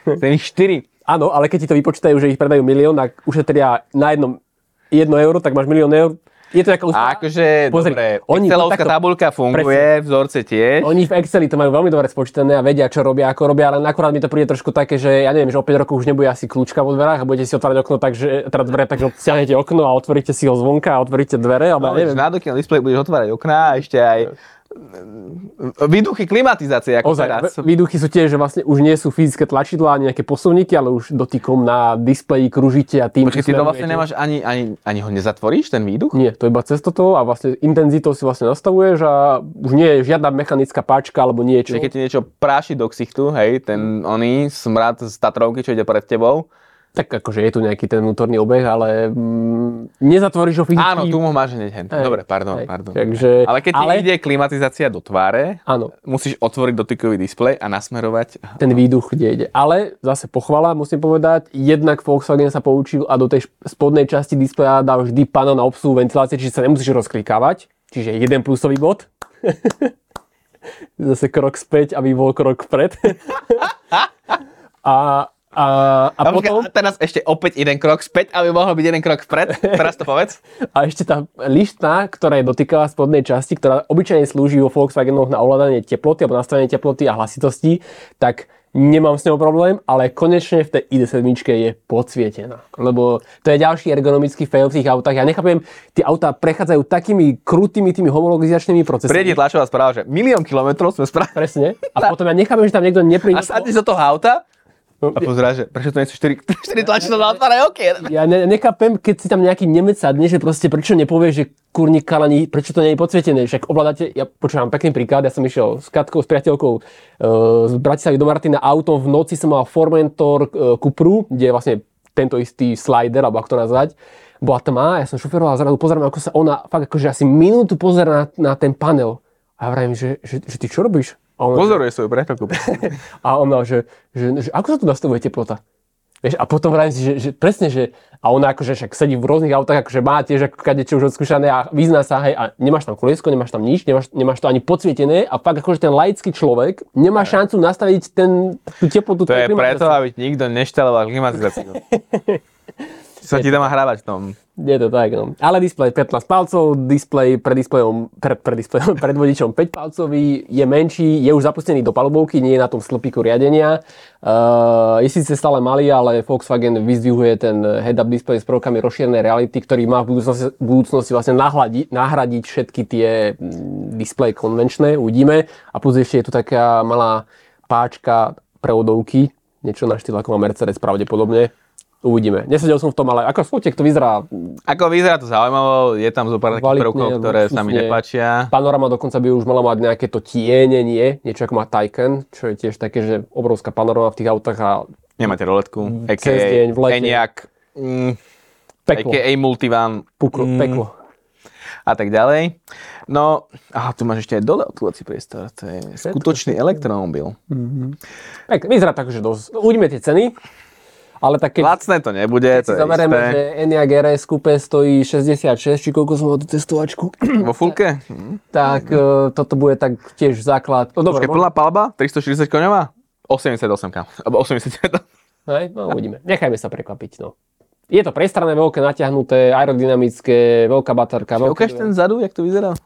4. Áno, ale keď ti to vypočítajú, že ich predajú milión, tak ušetria na 1 euro, tak máš 1 000 000 eur. Je to taká úspora. Akože, dobre, Excelovská tabuľka funguje, vzorce tiež. Oni v Exceli to majú veľmi dobre spočítané a vedia, čo robia, ako robia, ale akurát mi to príde trošku také, že ja neviem, že o 5 rokov už nebude asi kľúčka vo dverách a budete si otvárať okno tak, že teda dvere, takže stiahnete okno a otvoríte si ho zvonka a otvoríte dvere, alebo neviem. Na dokiaľ displej budeš otvárať okná a ešte aj výduchy klimatizácie, ako teraz. Výduchy sú tiež, že vlastne už nie sú fyzické tlačidlá, ani nejaké posuvníky, ale už dotykom na displeji kružíte a tým... Počkej, ty to vlastne nemáš ani ho nezatvoríš, ten výduch? Nie, to iba cez toto a vlastne intenzitou si vlastne nastavuješ a už nie je žiadna mechanická páčka alebo niečo. Keď ti niečo práši do ksichtu, hej, ten smrad z Tatrovky, čo ide pred tebou, tak akože je tu nejaký ten vnútorný obeh, ale nezatvoríš ho fyzicky. Áno, tu ho máš hneď. Dobre, pardon. Takže, ale keď ti ide klimatizácia do tváre, áno, musíš otvoriť dotykový displej a nasmerovať ten výduch, kde ide. Ale zase pochvala, musím povedať, jednak Volkswagen sa poučil a do tej spodnej časti displeja dá vždy panel na obsluhu ventilácie, čiže sa nemusíš rozklikávať. Čiže jeden plusový bod. Zase krok späť, aby bol krok vpred. A potom... Teraz ešte opäť jeden krok späť, aby mohol byť jeden krok vpred. Teraz to povedz. A ešte tá lištná, ktorá je dotýkavá v spodnej časti, ktorá obyčajne slúži vo Volkswagenoch na ovládanie teploty alebo nastavenie teploty a hlasitosti, tak nemám s ňou problém, ale konečne v tej ID7 je podsvietená. Lebo to je ďalší ergonomický fail v tých autách. Ja nechápem, tie autá prechádzajú takými krutými tými homologizačnými procesmi. Príde tlačová správa, že 1 000 000 kilometrov sme spravili. Presne. A potom ja nechápem, že tam niekto nepríde. A sadneš do toho auta a pozerá, že prečo to nie sú 4 tlačidlá na otváraj okien. Ja nechápem, keď si tam nejaký Nemec sadne, že proste prečo nepovie, že kurník kalani, prečo to nie je podsvietené. Však ovládate, ja počúvam pekný príklad, ja som išiel s Katkou, s priateľkou z Bratislavy do Martina autom, v noci som mal Formentor Cupru, kde je vlastne tento istý slider, alebo ako to nazvať. Bola tma, ja som šoferoval a zrazu pozerám, ako sa ona fakt akože asi minútu pozerá na ten panel. A ja vravím, že ty čo robíš? Pozoruje svoju priateľku. A ona, že ako sa tu nastavuje teplota? Vieš, a potom vravím si, že presne, že a ona akože však sedí v rôznych autách, akože má tiež ako kadečo už odskúšané a vyzná sa, hej, a nemáš tam koliesko, nemáš tam nič, nemáš to ani podsvietené a fakt akože ten laický človek nemá šancu nastaviť tú teplotu. To je preto, aby nikto neštaloval klimatizáciu. Sa ti tam má hrávať v tom. Je to tak, no. Ale displej 15 palcov, displej pred vodičom 5 palcový, je menší, je už zapustený do palubovky, nie je na tom stĺpiku riadenia. Je síce stále malý, ale Volkswagen vyzdvihuje ten head-up displej s prvkami rozšírenej reality, ktorý má v budúcnosti vlastne nahradiť všetky tie displeje konvenčné, uvidíme. A plus ešte je tu taká malá páčka prevodovky, niečo na štýl ako má Mercedes pravdepodobne. Uvidíme. Nesedel som v tom, ale ako fotek to vyzerá. Ako vyzerá to zaujímavo, je tam zo pár takých prvkov, ktoré sa mi nepáčia. Panorama dokonca by už mala mať nejaké to tienenie, niečo ako má Taycan, čo je tiež také, že obrovská panorama v tých autách a... Nemáte roletku, cez deň, v lete. Enyaq, a.k.a. Multivan. Peklo. A tak ďalej. No, tu máš ešte aj dole odkúvací priestor. To je skutočný elektromobil. Tak, vyzerá tak, že dosť. Uvidíme tie ceny. Ale tak keď... Lacné to nebude, to je zamerieme, isté. že Enyaq RS Coupe stojí 66, či koľko som mal tú testovačku. Vo fullke? Tak toto bude tak tiež základ. No, Počkej, plná palba? 340 koňová? 88 alebo 89. Hej, no uvidíme. Nechajme sa prekvapiť, no. Je to prestranné, veľké, natiahnuté, aerodynamické, veľká baterka. Ukáž ten vzadu, jak to vyzerá?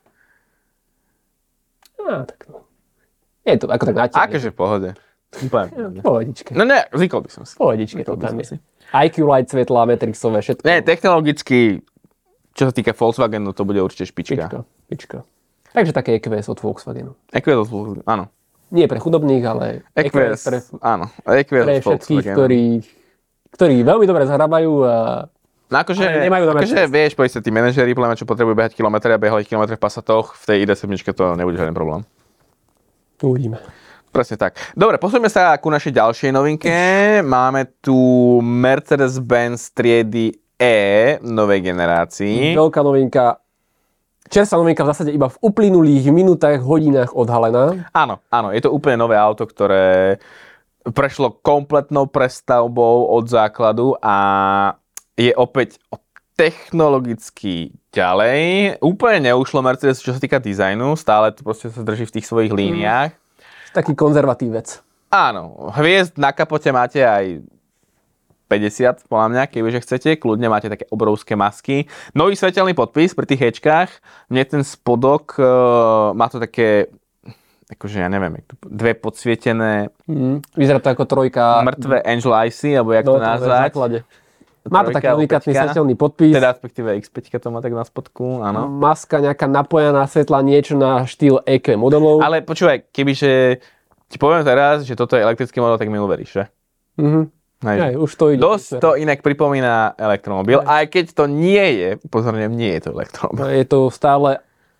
Tak no. Je to ako tak natiahnuté. Akože v pohode. Pohodičke. No ne, zvykol by som si. Pohodičke to tam je. IQ Light svetlá, Matrixové, všetko. Ne, technologicky, čo sa týka Volkswagenu, to bude určite špička. Pička. Takže také EQS od Volkswagenu. EQS od Volkswagenu, áno. Nie pre chudobných, ale EQS, áno. EQS pre od všetkých, Volkswagenu. ktorí veľmi dobre zarábajú a no akože, nemajú na Mercedes. vieš, povedzte, tí manažéri, podľa mňa, čo potrebujú behať kilometre a behali kilometre v Passatoch, v tej ID7 to nebude žiaden problém. Uvidíme. Presne tak. Dobre, posúďme sa ku našej ďalšej novinke. Máme tu Mercedes-Benz triedy E novej generácii. Veľká novinka. Čerstvá novinka v zásade iba v uplynulých minútach, hodinách odhalená. Áno, je to úplne nové auto, ktoré prešlo kompletnou prestavbou od základu a je opäť technologicky ďalej. Úplne neušlo Mercedes, čo sa týka dizajnu. Stále to proste sa drží v tých svojich líniách. Taký konzervatívec. Áno, hviezd na kapote máte aj 50, podľa mňa, kebyže chcete. Kľudne máte také obrovské masky. Nový svetelný podpis pri tých hečkách. Mne ten spodok má to také, akože ja neviem, dve podsvietené Vyzerá to ako trojka. mŕtve Angel Icy, alebo jak to nazvať. Má to taký unikátny svetelný podpis. Teda respektíve X5 to má tak na spodku, áno. Maska nejaká napojená svetla, niečo na štýl EQ modelov. Ale počúvaj, kebyže ti poviem teraz, že toto je elektrický model, tak mi uveríš, že? Hej, už to ide. Dosť to inak pripomína elektromobil, aj keď to nie je, pozorňujem, nie je to elektromobil. Je to stále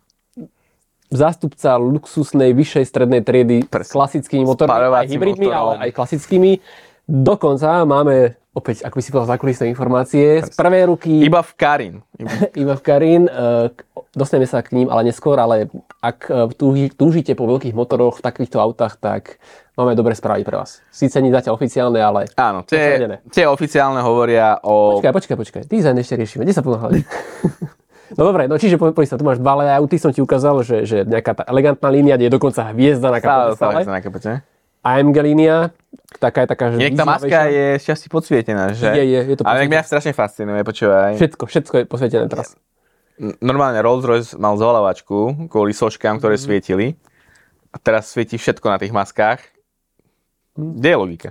zástupca luxusnej vyššej strednej triedy s klasickými motormi, aj hybridmi, ale aj klasickými. Dokonca máme, opäť, ako by si povedal, zákulisné informácie z prvej ruky. Iba v Karin. Iba v Karin. Dostaneme sa k ním, ale neskôr, ale ak túžite po veľkých motoroch v takýchto autách, tak máme dobré správy pre vás. Síce nie zatiaľ oficiálne, ale... Áno, tie oficiálne hovoria o... Počkaj. Dizajn ešte riešime. Kde sa ponáhľali? No dobre, no čiže poď sa, tu máš dva layouty, som ti ukázal, že nejaká tá elegantná línia, kde je dokonca hviezda na kapote stále. AMG línia, taká je taká, že niekto maska je šťastí podsvietená, že? Je to ale mňa strašne fascinuje, počúvaj. Všetko je posvietené teraz. Normálne Rolls-Royce mal zvoľavačku kvôli soškám, ktoré svietili. A teraz svieti všetko na tých maskách. Kde je logika?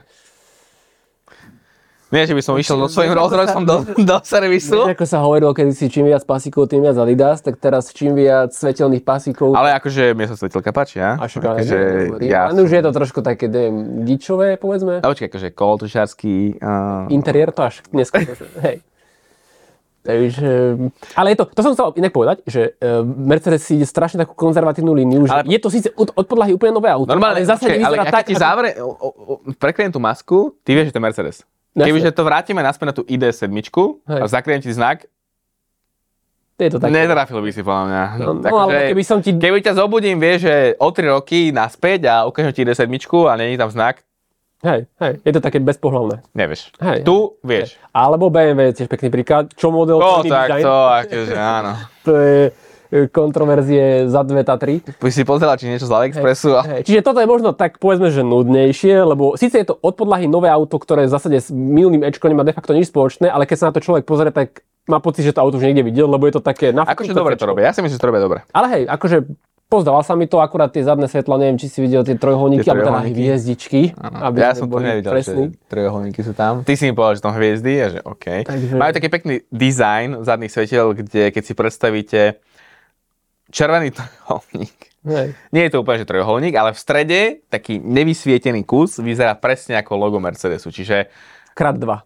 Nie, že by som išiel so svojím Rolls-Royceom do servisu. Ako sa hovorilo, keď si čím viac pasíkov, tým viac Adidas, tak teraz čím viac svetelných pasíkov. Ale akože mne sa svetelka páči, ja? Ale už je to trošku také dičové, povedzme. A počkaj, akože kolotočársky... Interiér to až dneska. Hej. Takže, ale to som chcel inak povedať, že Mercedes si ide strašne takú konzervatívnu líniu, že je to síce od podlahy úplne nové auto, normálne, ale zase nevyzerá tak... Ti prekriem tú masku, ty vieš, že to je Mercedes. Kebyže to vrátime naspäť na tú ID7 a zakriem ti znak, netrafil by si podľa mňa. Ale keby ťa zobudím, vieš, že o 3 roky naspäť a ukážem ti ID7 a není tam znak. Hej, je to také bezpohlavné. Nevieš. Tu vieš. Alebo BMW je tiež pekný príklad. Čo model? Tak to, akože áno. To je kontroverzie za dve Tatry. By si pozrela, či niečo z AliExpressu. Čiže toto je možno tak, povedzme, že nudnejšie, lebo síce je to od podlahy nové auto, ktoré v zásade s minulým Ečkom nemá de facto nič spoločné, ale keď sa na to človek pozrie, tak má pocit, že to auto už niekde videl, lebo je to také... Akože dobre to robia, ja si myslím, že to robia dobre. Ale hej, akože pozdával sa mi to, akurát tie zadné svetla, neviem, či si videl tie trojuholníky, alebo teda hviezdičky. Ja som to nevidel, že trojuholníky sú tam. Ty si mi povedal, že tam hviezdy a že OK. Takže... Majú taký pekný dizajn zadných svetiel, kde keď si predstavíte červený trojuholník. Nie je to úplne, že trojuholník, ale v strede taký nevysvietený kus vyzerá presne ako logo Mercedesu, čiže... Krát 2.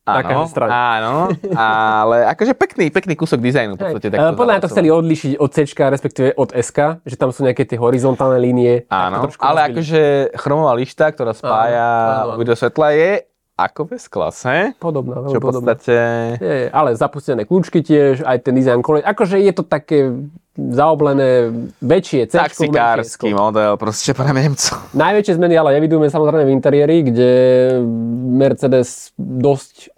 Áno, ale akože pekný kúsok dizajnu. Podľa mňa to chceli odlíšiť od C, respektíve od S, že tam sú nejaké tie horizontálne línie. Áno, ale akože chromová lišta, ktorá spája videosvetla je ako v S-klase. Podobná, veľmi čo v podstate... Ale zapustené kľúčky tiež, aj ten dizajn koleň. Akože je to také zaoblené, väčšie C. Taxikársky model, proste pre Nemcov. Najväčšie zmeny ale nevidíme samozrejme v interiéri, kde Mercedes dosť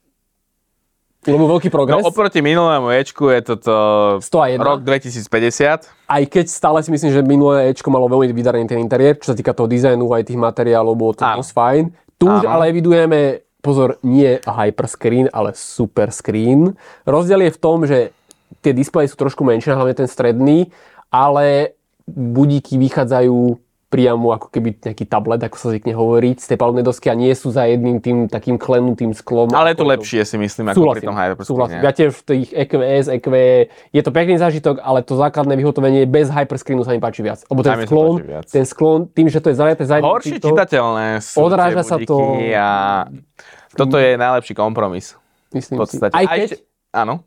lebo veľký progres. No oproti minulému Ečku je toto 101. Rok 2050. Aj keď stále si myslím, že minulé Ečko malo veľmi vydarený ten interiér, čo sa týka toho dizajnu aj tých materiálov, bolo to dosť fajn. Tu už ale evidujeme, pozor, nie hyperscreen, ale super screen. Rozdiel je v tom, že tie displeje sú trošku menšie, hlavne ten stredný, ale budíky vychádzajú priamo ako keby nejaký tablet, ako sa zvykne hovoriť, z tej palubnej dosky a nie sú za jedným tým takým klenutým sklom. Ale je to lepšie, si myslím, ako pri tom hyperscreene. Ja tiež v tých EQS, EQ je to pekný zážitok, ale to základné vyhotovenie bez hyperscreenu sa mi páči viac. Lebo ten sklon, tým, že to je zaleté za jedným horšie čitateľné sú odráža sa to. A toto je najlepší kompromis. Myslím si. Aj keď, áno,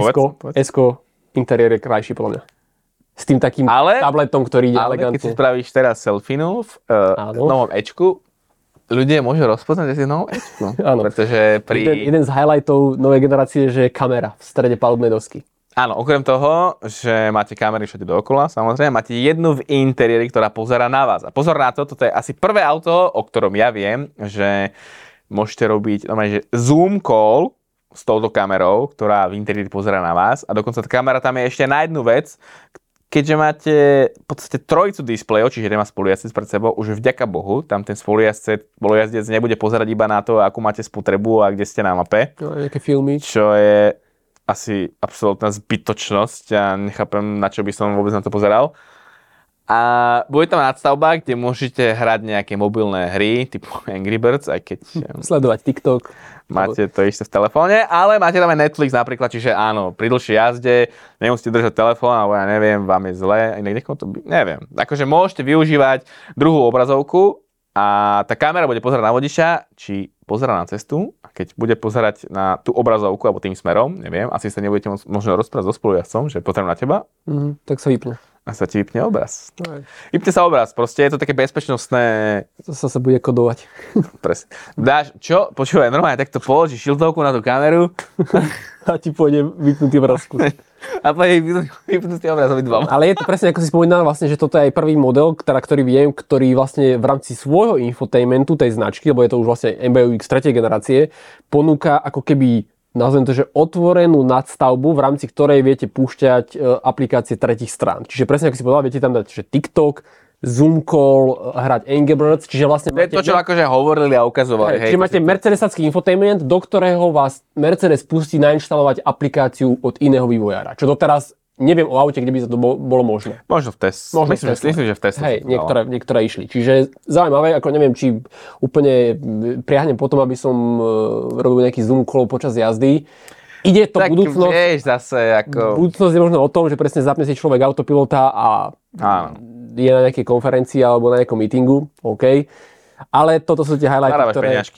S-ko interiér je krajší podľa mňa. S tým takým tabletom, ktorý ide elegantne. Ale keď si spravíš teraz selfinu v novom Ečku, ľudia môžu rozpoznať, že si v novom Ečku. Áno. Pretože jeden z highlightov novej generácie je, že je kamera v strede palubnej dosky. Áno, okrem toho, že máte kamery všade dookola, samozrejme, máte jednu v interiéri, ktorá pozerá na vás. A pozor na to, toto je asi prvé auto, o ktorom ja viem, že môžete robiť že zoom call s touto kamerou, ktorá v interiéri pozerá na vás. A dokonca tá kamera tam je ešte na jednu vec, keďže máte v podstate trojicu displejov, čiže nemá spolujazdec pred sebou, už vďaka Bohu, tam ten spolujazdec nebude pozerať iba na to, akú máte spotrebu a kde ste na mape. Nejaké filmy. Čo je asi absolútna zbytočnosť a nechápem, na čo by som vôbec na to pozeral. A bude tam nadstavba, kde môžete hrať nejaké mobilné hry, typu Angry Birds, aj keď... Sledovať TikTok. Máte to isté v telefóne, ale máte tam aj Netflix napríklad, čiže áno, pri dlhšej jazde nemusíte držať telefón, alebo ja neviem, vám je zle, neviem. Akože môžete využívať druhú obrazovku a tá kamera bude pozerať na vodiča, či pozerá na cestu, a keď bude pozerať na tú obrazovku alebo tým smerom, neviem, asi sa nebudete možno rozprávať so spolujazdcom, že potrebujem na teba. Tak sa vypne. A sa ti vypne obraz. Vypne sa obraz, proste je to také bezpečnostné... To sa bude kodovať. Presne. Dáš, čo? Počúvaj, normálne takto položíš šiltovku na tú kameru a ti pôjde vypnutý obrázku. A pôjde vypnutý obraz obidvom. Ale je to presne, ako si spomínal, vlastne, že toto je aj prvý model, ktorý viem, ktorý vlastne v rámci svojho infotainmentu tej značky, lebo je to už vlastne MBUX 3. generácie, ponúka ako keby nazvem to, že otvorenú nadstavbu, v rámci ktorej viete púšťať aplikácie tretích strán. Čiže presne ako si povedal, viete tam dať, že TikTok, Zoom call, hrať Angry Birds, čiže vlastne... To je to, čo akože hovorili a ukazovali. Čiže máte mercedesacký infotainment, do ktorého vás Mercedes pustí nainštalovať aplikáciu od iného vývojára. Čo doteraz neviem o aute, kde by to bolo možné. Možno v Tesla. Myslím, že v Tesla. Hej, niektoré išli. Čiže zaujímavé, ako neviem, či úplne priahnem potom, aby som robil nejaký Zoom call počas jazdy. Ide to tak budúcnosť. Vieš zase ako... Budúcnosť je možno o tom, že presne zapne si človek autopilota a je na nejakej konferencii alebo na nejakom meetingu. OK. Ale toto sú tie highlighty,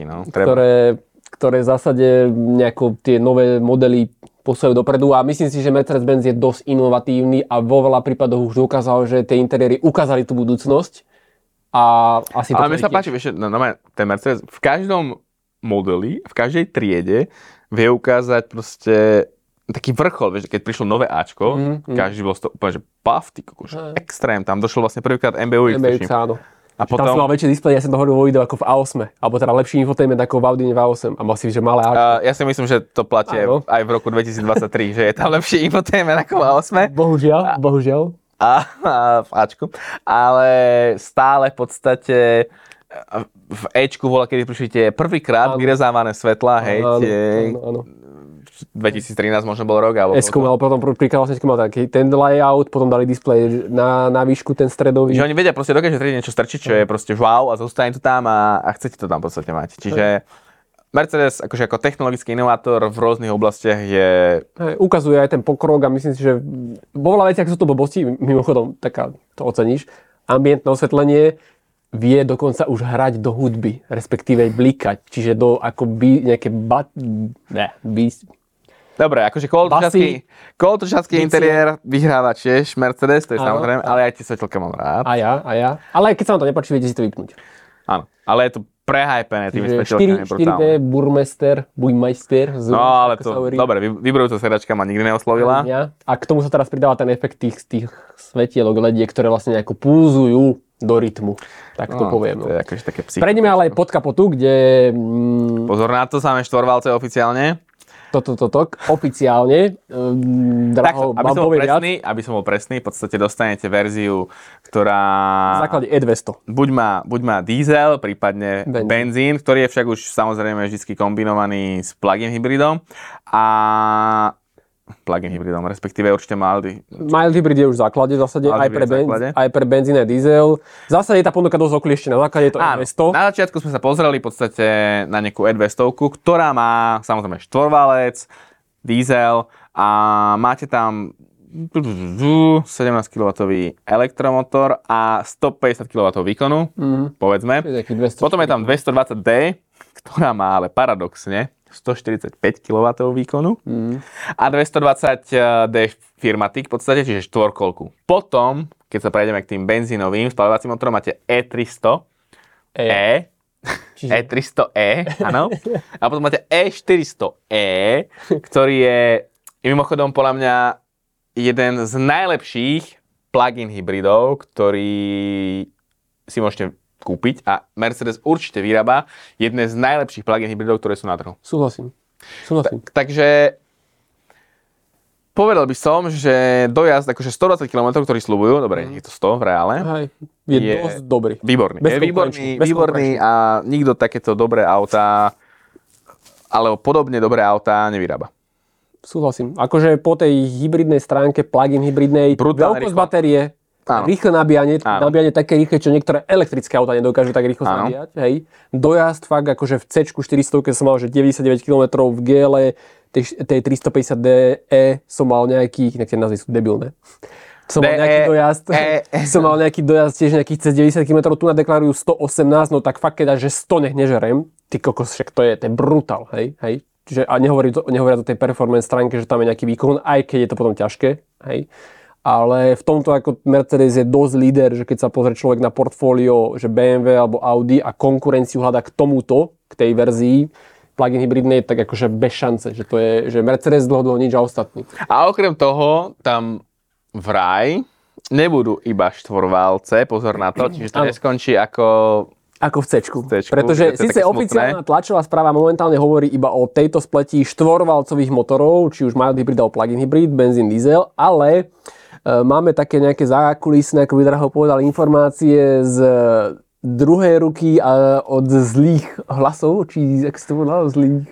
ktoré v zásade nejako tie nové modely posúvajú dopredu a myslím si, že Mercedes-Benz je dosť inovatívny a vo veľa prípadoch už dokázal, že tie interiéry ukázali tú budúcnosť a asi to... Ale mi sa páči, vieš, ten Mercedes v každom modeli, v každej triede vie ukázať proste taký vrchol, vieš, keď prišlo nové Ačko, každý bol z toho úplne, že paf, ty kukuš, extrém, tam došlo vlastne prvýkrát MBUX, áno. A A Tam si potom... mal väčší displej, ja som to hovoril vo videu ako v A8, alebo teda lepší infotainment ako v Audi V8 a mal si, že malé Ačko. Ja si myslím, že to platí aj v roku 2023, že je tam lepší infotainment ako v A8. Bohužiaľ. A v Ačku. Ale stále v podstate v Ečku bola, kedy prišli tie prvýkrát vyrezávané svetlá, hej, Áno. 2013 možno bol rok, alebo... S-ku mal potom príklad vlastne mal taký ten layout, potom dali displej na výšku ten stredový. Že oni vedia proste dokáže niečo strčiť, čo je proste wow a zostane to tam a chcete to tam v podstate mať. Čiže Mercedes akože ako technologický inovátor v rôznych oblastiach je... Ukazuje aj ten pokrok a myslím si, že vo veľa veciach sú to blbosti, mimochodom, taká to oceníš, ambientné osvetlenie vie dokonca už hrať do hudby, respektíve blikať, čiže do akoby nejaké Dobre, akože kolotočácky interiér vyhráva tiež Mercedes, to je samozrejme, ale aj tie svetelka mám rád. A ja. Ale keď sa vám to nepáči, viete si to vypnúť. Áno, ale je to prehypené tými svetelkami. 4D Burmeister. No ale to, dobre, vybrujúca sedačka ma nikdy neoslovila. A k tomu sa teraz pridáva ten efekt tých svetielok LED, ktoré vlastne ako púzujú do rytmu. Tak to poviem. To je akože také psycho. Prejdeme ale aj pod kapotu, kde... Pozor na to, samé štvorvalce oficiálne. Oficiálne. Draho, aby som bol presný, v podstate dostanete verziu, ktorá... V základe E200. Buď má diesel, prípadne benzín, ktorý je však už samozrejme vždy kombinovaný s plug-in hybridom. Plug-in hybridom, respektíve určite mild. Mild hybrid je už v základe, v zásade aj pre benzín a diesel. V zásade je tá ponuka dosť oklieštená, v základe je to E200. Na začiatku sme sa pozreli v podstate na nejakú E200, ktorá má samozrejme štvorvalec, diesel a máte tam 17 kW elektromotor a 150 kW výkonu, povedzme. Potom je tam 220D, ktorá má ale paradoxne 145 kW výkonu a 220D Firmatic v podstate, čiže štvorkolku. Potom, keď sa prejdeme k tým benzínovým spaľovacím motorom, máte E300 E300E, áno. A potom máte E400E, ktorý je mimochodom podľa mňa jeden z najlepších plug-in hybridov, ktorý si môžete kúpiť a Mercedes určite vyrába jedné z najlepších plug-in hybridov, ktoré sú na trhu. Súhlasím. Takže povedal by som, že dojazd akože 120 km, ktorý sľubujú, dobre, je to 100 v reále. Je dosť dobrý. Výborný. Je výborný a nikto takéto dobré autá, alebo podobne dobré autá nevyrába. Súhlasím. Akože po tej hybridnej stránke, plug-in hybridnej, veľkosť batérie, rýchle nabíjanie také rýchle, čo niektoré elektrické autá nedokážu tak rýchlo nabíjať. Hej. Dojazd fakt akože v C-čku 400 som mal, že 99 km, v GL tej 350DE som mal nejaký, inak tie názvy sú debilné. Som mal nejaký dojazd tiež nejakých cez 90 km, tu nadeklarujú 118, no tak fakt keď že 100 nech nežerem, ty kokos, však to je brutál, hej. Čiže a nehovoria o tej performance stránke, že tam je nejaký výkon, aj keď je to potom ťažké, hej. Ale v tomto ako Mercedes je dosť líder, že keď sa pozrie človek na portfólio, že BMW alebo Audi a konkurenciu hľadá k tomuto, k tej verzii plug-in hybridnej, tak akože bez šance, že to je, že Mercedes dlhodobo nič a ostatní. A okrem toho, tam vraj nebudú iba štvorválce, pozor na to, čiže to neskončí ako v C-čku. Pretože síce oficiálna tlačová správa momentálne hovorí iba o tejto spleti štvorvalcových motorov, či už mild hybrid alebo plug-in hybrid, benzín, diesel, ale máme také nejaké zákulisné, ako by Draho povedal, informácie z druhej ruky a od zlých hlasov, či jak si to povedal, zlých?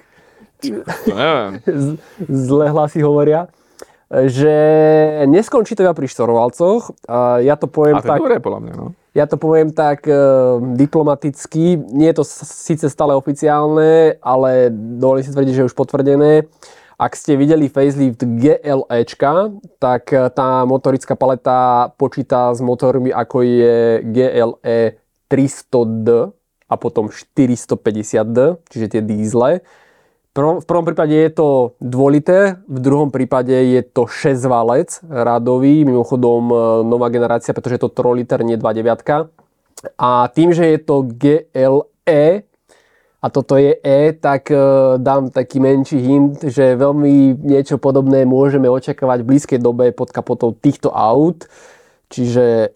Zlé hlasy hovoria, že neskončí to iba pri štvorvalcoch. Ja to poviem tak... dobré, podľa mňa, no. Ja to poviem tak diplomaticky. Nie je to síce stále oficiálne, ale dovolím si tvrdiť, že je už potvrdené. Ak ste videli facelift GLEčka, tak tá motorická paleta počíta s motormi ako je GLE 300D a potom 450D, čiže tie dízle. V prvom prípade je to 2 liter, v druhom prípade je to 6-valec radový, mimochodom nová generácia, pretože je to 3 liter, nie 2.9. A tým, že je to GLE a toto je E, tak dám taký menší hint, že veľmi niečo podobné môžeme očakávať v blízkej dobe pod kapotou týchto aut. čiže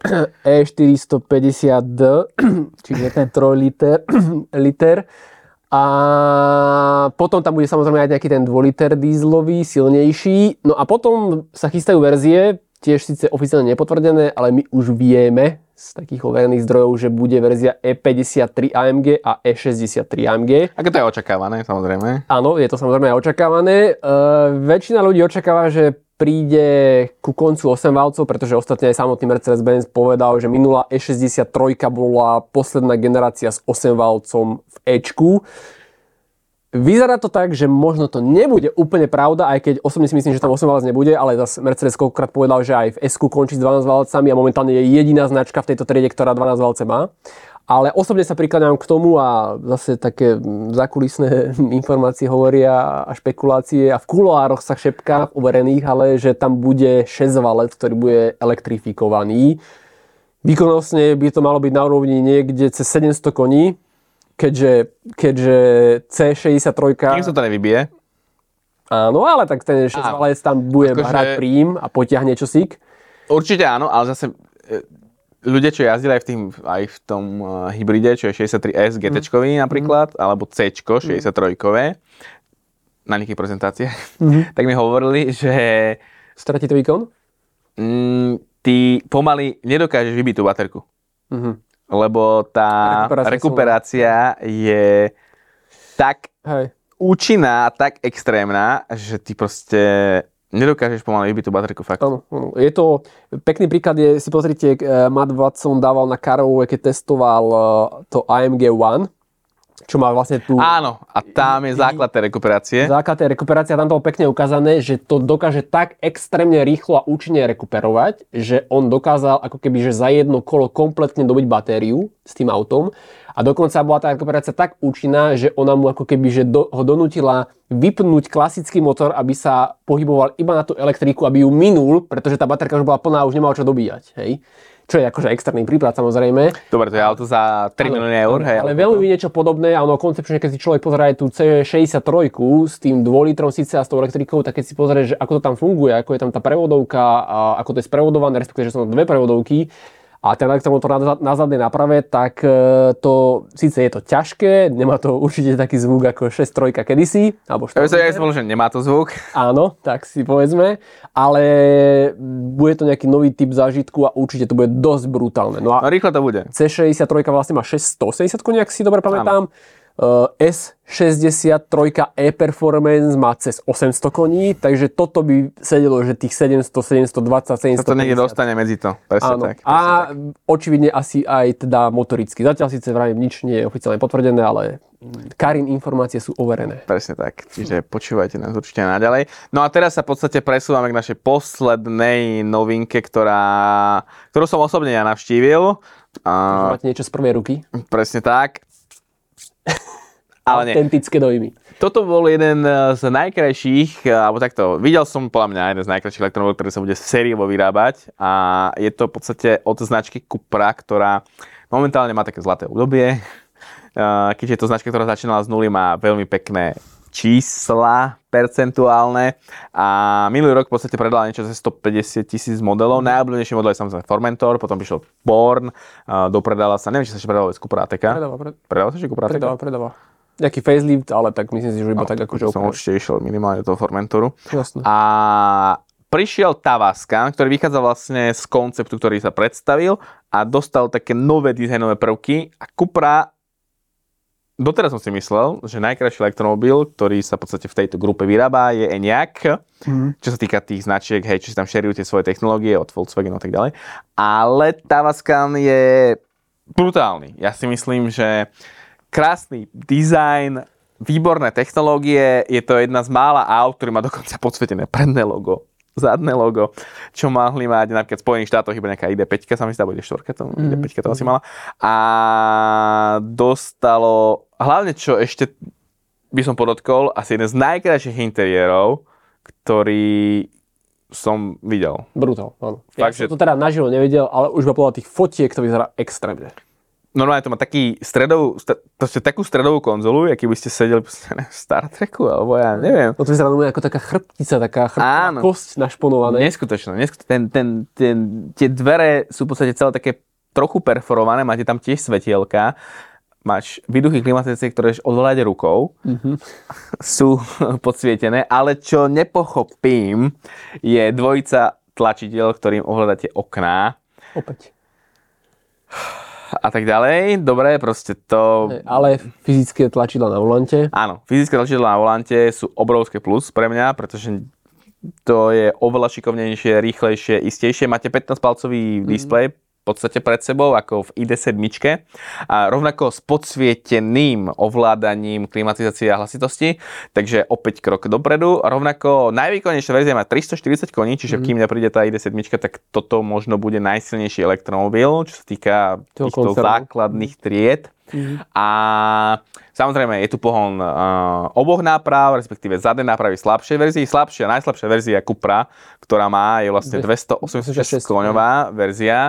E450D, čiže ten 3 liter. A potom tam bude samozrejme aj nejaký ten 2 liter dízlový, silnejší. No a potom sa chystajú verzie, tiež síce oficiálne nepotvrdené, ale my už vieme z takých overených zdrojov, že bude verzia E53 AMG a E63 AMG. Ako to je očakávané, samozrejme. Áno, je to samozrejme aj očakávané. Väčšina ľudí očakáva, že príde ku koncu 8 valcov, pretože ostatne aj samotný Mercedes-Benz povedal, že minulá E63 bola posledná generácia s 8 valcom v Ečku. Vyzerá to tak, že možno to nebude úplne pravda, aj keď osobne si myslím, že tam 8 valec nebude, ale zase Mercedes koľkokrát povedal, že aj v S-ku končí s 12 valcami a momentálne je jediná značka v tejto triede, ktorá 12 valce má. Ale osobne sa prikladám k tomu a zase také zákulisné informácie hovoria a špekulácie a v kuloároch sa šepká overených, ale že tam bude 6 valec, ktorý bude elektrifikovaný. Výkonnostne by to malo byť na úrovni niekde cez 700 koní, keďže C63... Kým sa to nevybije? Áno, ale tak ten 6 valec tam bude hrať príjm a potiahne čosík. Určite áno, ale zase ľudia, čo jazdili aj v tom hybride, čo je 63S GT-čkový napríklad, alebo C-čko 63-kové, na nejakých prezentáciách, tak mi hovorili, že stratí to výkon? Ty pomaly nedokážeš vybiť tú baterku. Lebo tá rekuperácia je tak účinná, tak extrémna, že ty proste nedokážeš pomaly vybiť tú baterku, fakt. Áno. Je to, pekný príklad je, si pozrite, Matt Watson dával na Karove, keď testoval to AMG One, čo má vlastne tú... Áno, a tam je základ tej rekuperácie. Základ tej rekuperácie, tam to bolo pekne ukázané, že to dokáže tak extrémne rýchlo a účinne rekuperovať, že on dokázal ako keby, že za jedno kolo kompletne dobiť batériu s tým autom. A dokonca bola tá rekuperácia tak účinná, že ona mu ako keby, že ho donútila vypnúť klasický motor, aby sa pohyboval iba na tú elektriku, aby ju minul, pretože tá baterka už bola plná a už nemala čo dobíjať. Hej? Čo je akože extrémny príklad, samozrejme. Dobre, to je auto za 3 milióny eur. Hej, ale veľmi niečo podobné a ono koncepčne, keď si človek pozrie aj tú C63 s tým 2 litrom síce a s tou elektrikou, tak keď si pozrie, že ako to tam funguje, ako je tam tá prevodovka a ako to je sprevodované, respektíve, že sú tam dve prevodovky, a ten elektromotor na zadnej náprave, tak to, síce je to ťažké, nemá to určite taký zvuk ako 6.3 kedysi, alebo 4. Ja som že nemá to zvuk. Áno, tak si povedzme, ale bude to nejaký nový typ zážitku a určite to bude dosť brutálne. No a rýchlo to bude. C63 vlastne má 680 koní, ak si dobre pamätám. S63 e-Performance má cez 800 koní, takže toto by sedelo, že tých 700, 720, 750. To niekde dostane medzi to. Presne tak. A očividne asi aj teda motoricky. Zatiaľ síce vravím, nič nie je oficiálne potvrdené, ale Karin informácie sú overené. Presne tak. Čiže počúvajte nás určite naďalej. No a teraz sa v podstate presúvame k našej poslednej novinke, ktorú som osobne ja navštívil. Máte niečo z prvej ruky? Presne tak. Ale autentické dojmy. Toto bol jeden z najkrajších, alebo takto, videl som podľa mňa jeden z najkrajších elektromobilov, ktorý sa bude sériovo vyrábať a je to v podstate od značky Cupra, ktorá momentálne má také zlaté obdobie. Keďže je to značka, ktorá začínala z nuly, má veľmi pekné čísla percentuálne a minulý rok v podstate predala niečo ze 150,000 modelov. Najobľúbenejší model je samozrejme Formentor, potom prišiel Born, dopredala sa, neviem, či sa ešte predala Cupra ATK. Predala sa ešte Cupra ATK? Predáva. Nejaký facelift, ale tak myslím si, že iba tak akože som určite išiel minimálne do toho Formentoru. Jasne. A prišiel Tavascan, ktorý vychádza vlastne z konceptu, ktorý sa predstavil a dostal také nové dizajnové prvky a Cupra, doteraz som si myslel, že najkrajší elektromobil, ktorý sa v podstate v tejto grupe vyrába, je Enyaq, čo sa týka tých značiek, hej, či si tam šerujú tie svoje technológie od Volkswagenu a tak ďalej. Ale Tavascan je brutálny. Ja si myslím, že krásny dizajn, výborné technológie, je to jedna z mála aut, ktorý má dokonca podsvietené predné logo, zadné logo, čo mohli mať napríklad v Spojených štátoch iba nejaká ID5, sa mi zdá, bude 4, ID5 to asi mala. A dostalo, hlavne čo ešte by som podotkol, asi jeden z najkrajších interiérov, ktorý som videl. Brutál, áno. Fakt, ja som to teda naživo nevidel, ale už podľa tých fotiek to vyzerá extrémne. normálne to má takú stredovú konzolu, aký by ste sedeli v Star Treku, alebo ja neviem. No to vyzerá ako taká chrbtica, taká chrbtová kosť našponovaná. Neskutočné. Tie dvere sú v podstate celé také trochu perforované, máte tam tiež svetielka, máš výduchy klimatizácie, ktoré odvoláte rukou, sú podsvietené, ale čo nepochopím, je dvojica tlačiteľ, ktorým ovládate okná. Opäť. A tak ďalej. Dobre, proste to... Ale fyzické tlačidlá na volante. Áno, fyzické tlačidlá na volante sú obrovské plus pre mňa, pretože to je oveľa šikovnejšie, rýchlejšie, istejšie. Máte 15-palcový displej v podstate pred sebou, ako v ID7. A rovnako s podsvieteným ovládaním klimatizácie a hlasitosti, takže opäť krok dopredu. Rovnako najvýkonnejšia verzia má 340 koní, čiže kým nepríde tá ID7, tak toto možno bude najsilnejší elektromobil, čo sa týka týchto základných tried. A samozrejme je tu pohon oboch náprav, respektíve zadné nápravy slabšej verzii. Najslabšia verzia Cupra, ktorá má, je vlastne 286 koňová verzia.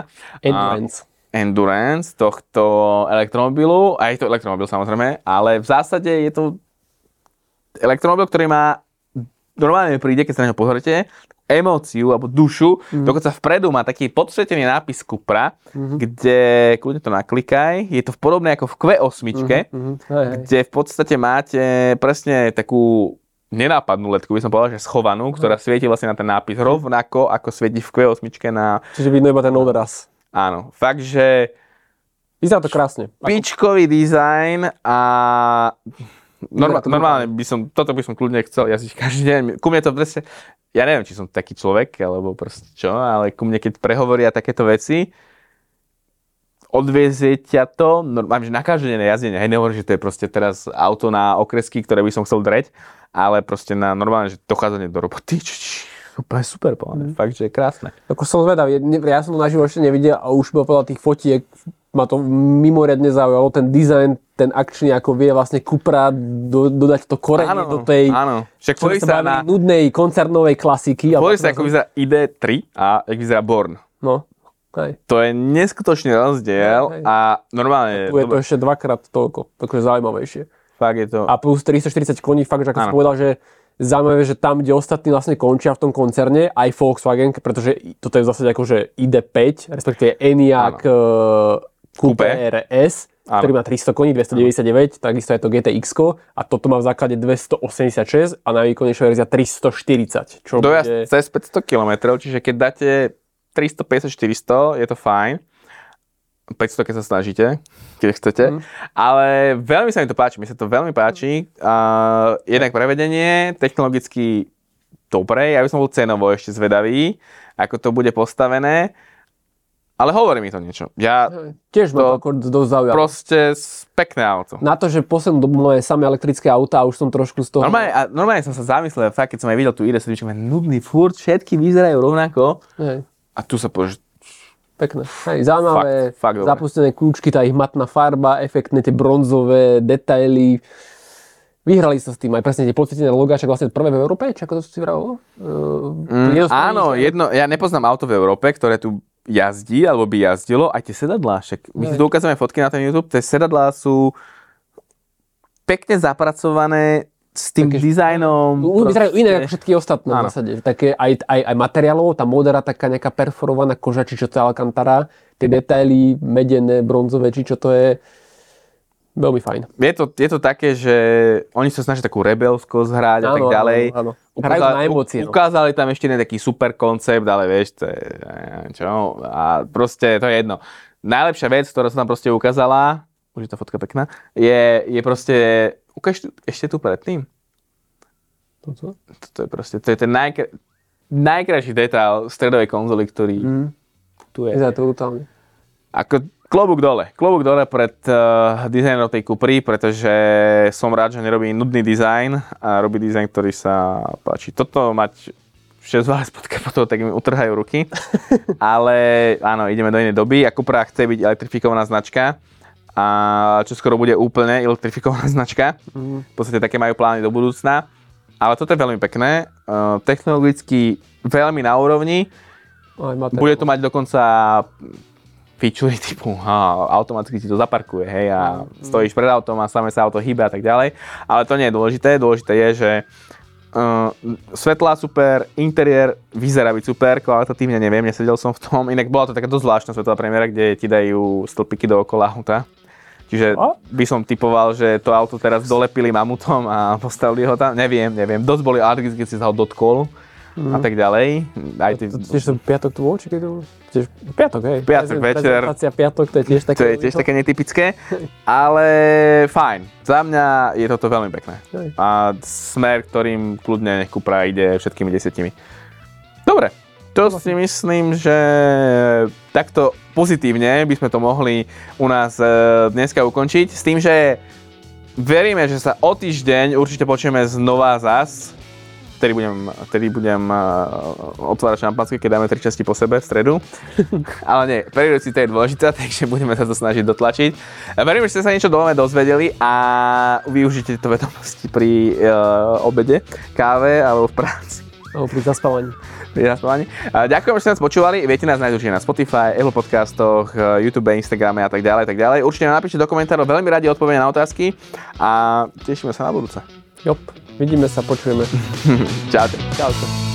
Endurance tohto elektromobilu. A je to elektromobil samozrejme, ale v zásade je to elektromobil, ktorý má, normálne príde, keď sa na ňo pozrite, emóciu alebo dušu. Dokonca vpredu má taký podsvietený nápis Cupra, kde, kľudne to naklikaj, je to podobné ako v Q8, kde v podstate máte presne takú nenápadnú ledku, by som povedal, že schovanú, ktorá svieti vlastne na ten nápis rovnako, ako svieti v Q8 na... Čiže vidno iba ten odraz. Áno, fakt, že... Vyzerá to krásne. Pičkový dizajn a... Normálne toto by som kľudne chcel jazdiť každý deň. Ku mne to presne... Ja neviem, či som taký človek, alebo proste čo, ale ku mne, keď prehovoria takéto veci, odviezie ťa to, že na každodenné jazdenie, hej, nehovorím, že to je proste teraz auto na okresky, ktoré by som chcel dreť, ale proste na normálne, že dochádzanie do roboty, super, fakt, že je krásne. Ako som zvedavý, ja som to naživo ešte nevidel a už podľa tých fotiek ma to mimoriadne zaujalo, ten dizajn, ten akčný, ako vie vlastne Cupra dodať to korenie do tej nudnej koncernovej klasiky. Pozri sa, ako vyzerá ID3 a jak vyzerá Born. No, hej. To je neskutočný rozdiel a normálne... Tu je to ešte dvakrát toľko, takže zaujímavejšie. Fakt je to... A plus 340 koní, fakt, že ako som povedal, že zaujímavé, že tam, kde ostatní vlastne končia v tom koncerne, aj Volkswagen, pretože toto je v zásade akože ID5, respektíve Enyaq Coupe RS, ktorý má 300 koní, 299, takisto je to GTX-ko a toto má v základe 286 a najvýkonnejšia verzia 340. Čo dojazd cez 500 km, čiže keď dáte 350-400, je to fajn. 500, keď sa snažíte, keď chcete. Ale veľmi sa mi to páči, mi sa to veľmi páči. Jednak prevedenie, technologicky dobre, ja by som bol cenovo ešte zvedavý, ako to bude postavené. Ale hovorí mi to niečo. Ja tiež ma to dosť zaujalo. Proste pekné auto. Na to, že poslednú dobu máme samé elektrické autá a už som trošku z toho... Normálne som sa zamyslel, fakt, keď som aj videl tú ID7, nudný furt, všetky vyzerajú rovnako. Hej. A tu sa povieš... Pekné. Hej, zaujímavé, fakt zapustené kľúčky, tá ich matná farba, efektné tie bronzové detaily. Vyhrali sa s tým aj presne tie pocitené logá, čak vlastne prvé v Európe, či ako to si vravilo? Áno, ja nepoznám auto v Európe, ktoré tu jazdí, alebo by jazdilo, aj tie sedadlá, však my si tu ukazujeme fotky na ten YouTube, tie sedadlá sú pekne zapracované s tým dizajnom. Vyzerajú iné ako všetky ostatné v zásade. Také aj materiálov, tá modera taká nejaká perforovaná koža, či čo to je Alcantara, tie detaily medené, bronzové, či čo to je. Veľmi fajn. Je to také, že oni sa snažia takú rebelskosť hrať a tak ďalej. Áno. Hrajú na emócie. Ukázali tam ešte jeden taký super koncept, ale vieš, to je čo? A proste to je jedno. Najlepšia vec, ktorá sa tam proste ukázala, už je tá fotka pekná, je proste, ukáž ešte tu predtým. To je proste, to je ten najkrajší detail stredovej konzoly, ktorý tu je. Je to brutálne. Ako klobúk dole pred dizajnom tej Cupry, pretože som rád, že nerobí nudný dizajn a robí dizajn, ktorý sa páči. Toto mať 6 válec pod kapotou, tak mi utrhajú ruky. Ale áno, ideme do inej doby a Cupra chce byť elektrifikovaná značka a čo skoro bude úplne elektrifikovaná značka. V podstate také majú plány do budúcna. Ale toto je veľmi pekné, technologicky veľmi na úrovni. Bude to mať dokonca featurey typu automaticky ti to zaparkuje, hej, a stojíš pred autom a samé sa auto hýbe a tak ďalej. Ale to nie je dôležité. Dôležité je, že svetlá super, interiér vyzerá byť super, kvalitatívne neviem, nesedel som v tom. Inak bola to taká dosť zvláštna svetlá premiéra, kde ti dajú stĺpiky dookola auta. Čiže by som typoval, že to auto teraz dolepili mamutom a postavili ho tam. Neviem. Dosť boli alergické, keď si sa ho dotkol a tak ďalej. Aj tiež piatok to bol, či keď to bol? Piatok, hej. Piatok večer. Prezentácia piatok, to je tiež také. To je tiež také netypické, ale fajn. Za mňa je toto veľmi pekné. Hej. A smer, ktorým kľudne Cupra ide všetkými 10. Dobre. To si myslím, že takto pozitívne by sme to mohli u nás dneska ukončiť. S tým, že veríme, že sa o týždeň určite počujeme znova zas. Vtedy budem otvárať šampanské, keď dáme 3 časti po sebe v stredu. Ale nie, periodicita je dôležitá, takže budeme sa to snažiť dotlačiť. Verím, že ste sa niečo nové dozvedeli a využite tieto vedomosti pri obede, káve alebo v práci. Alebo pri zaspávaní. Ďakujem, že ste nás počúvali. Viete nás nájsť určite na Spotify, Apple podcastoch, YouTube, Instagrame a tak ďalej. Určite nám napíšte do komentárov, veľmi radi odpovieme na otázky a tešíme sa na budúce. Jop, vidíme sa, počujeme. Čaute. Čaute.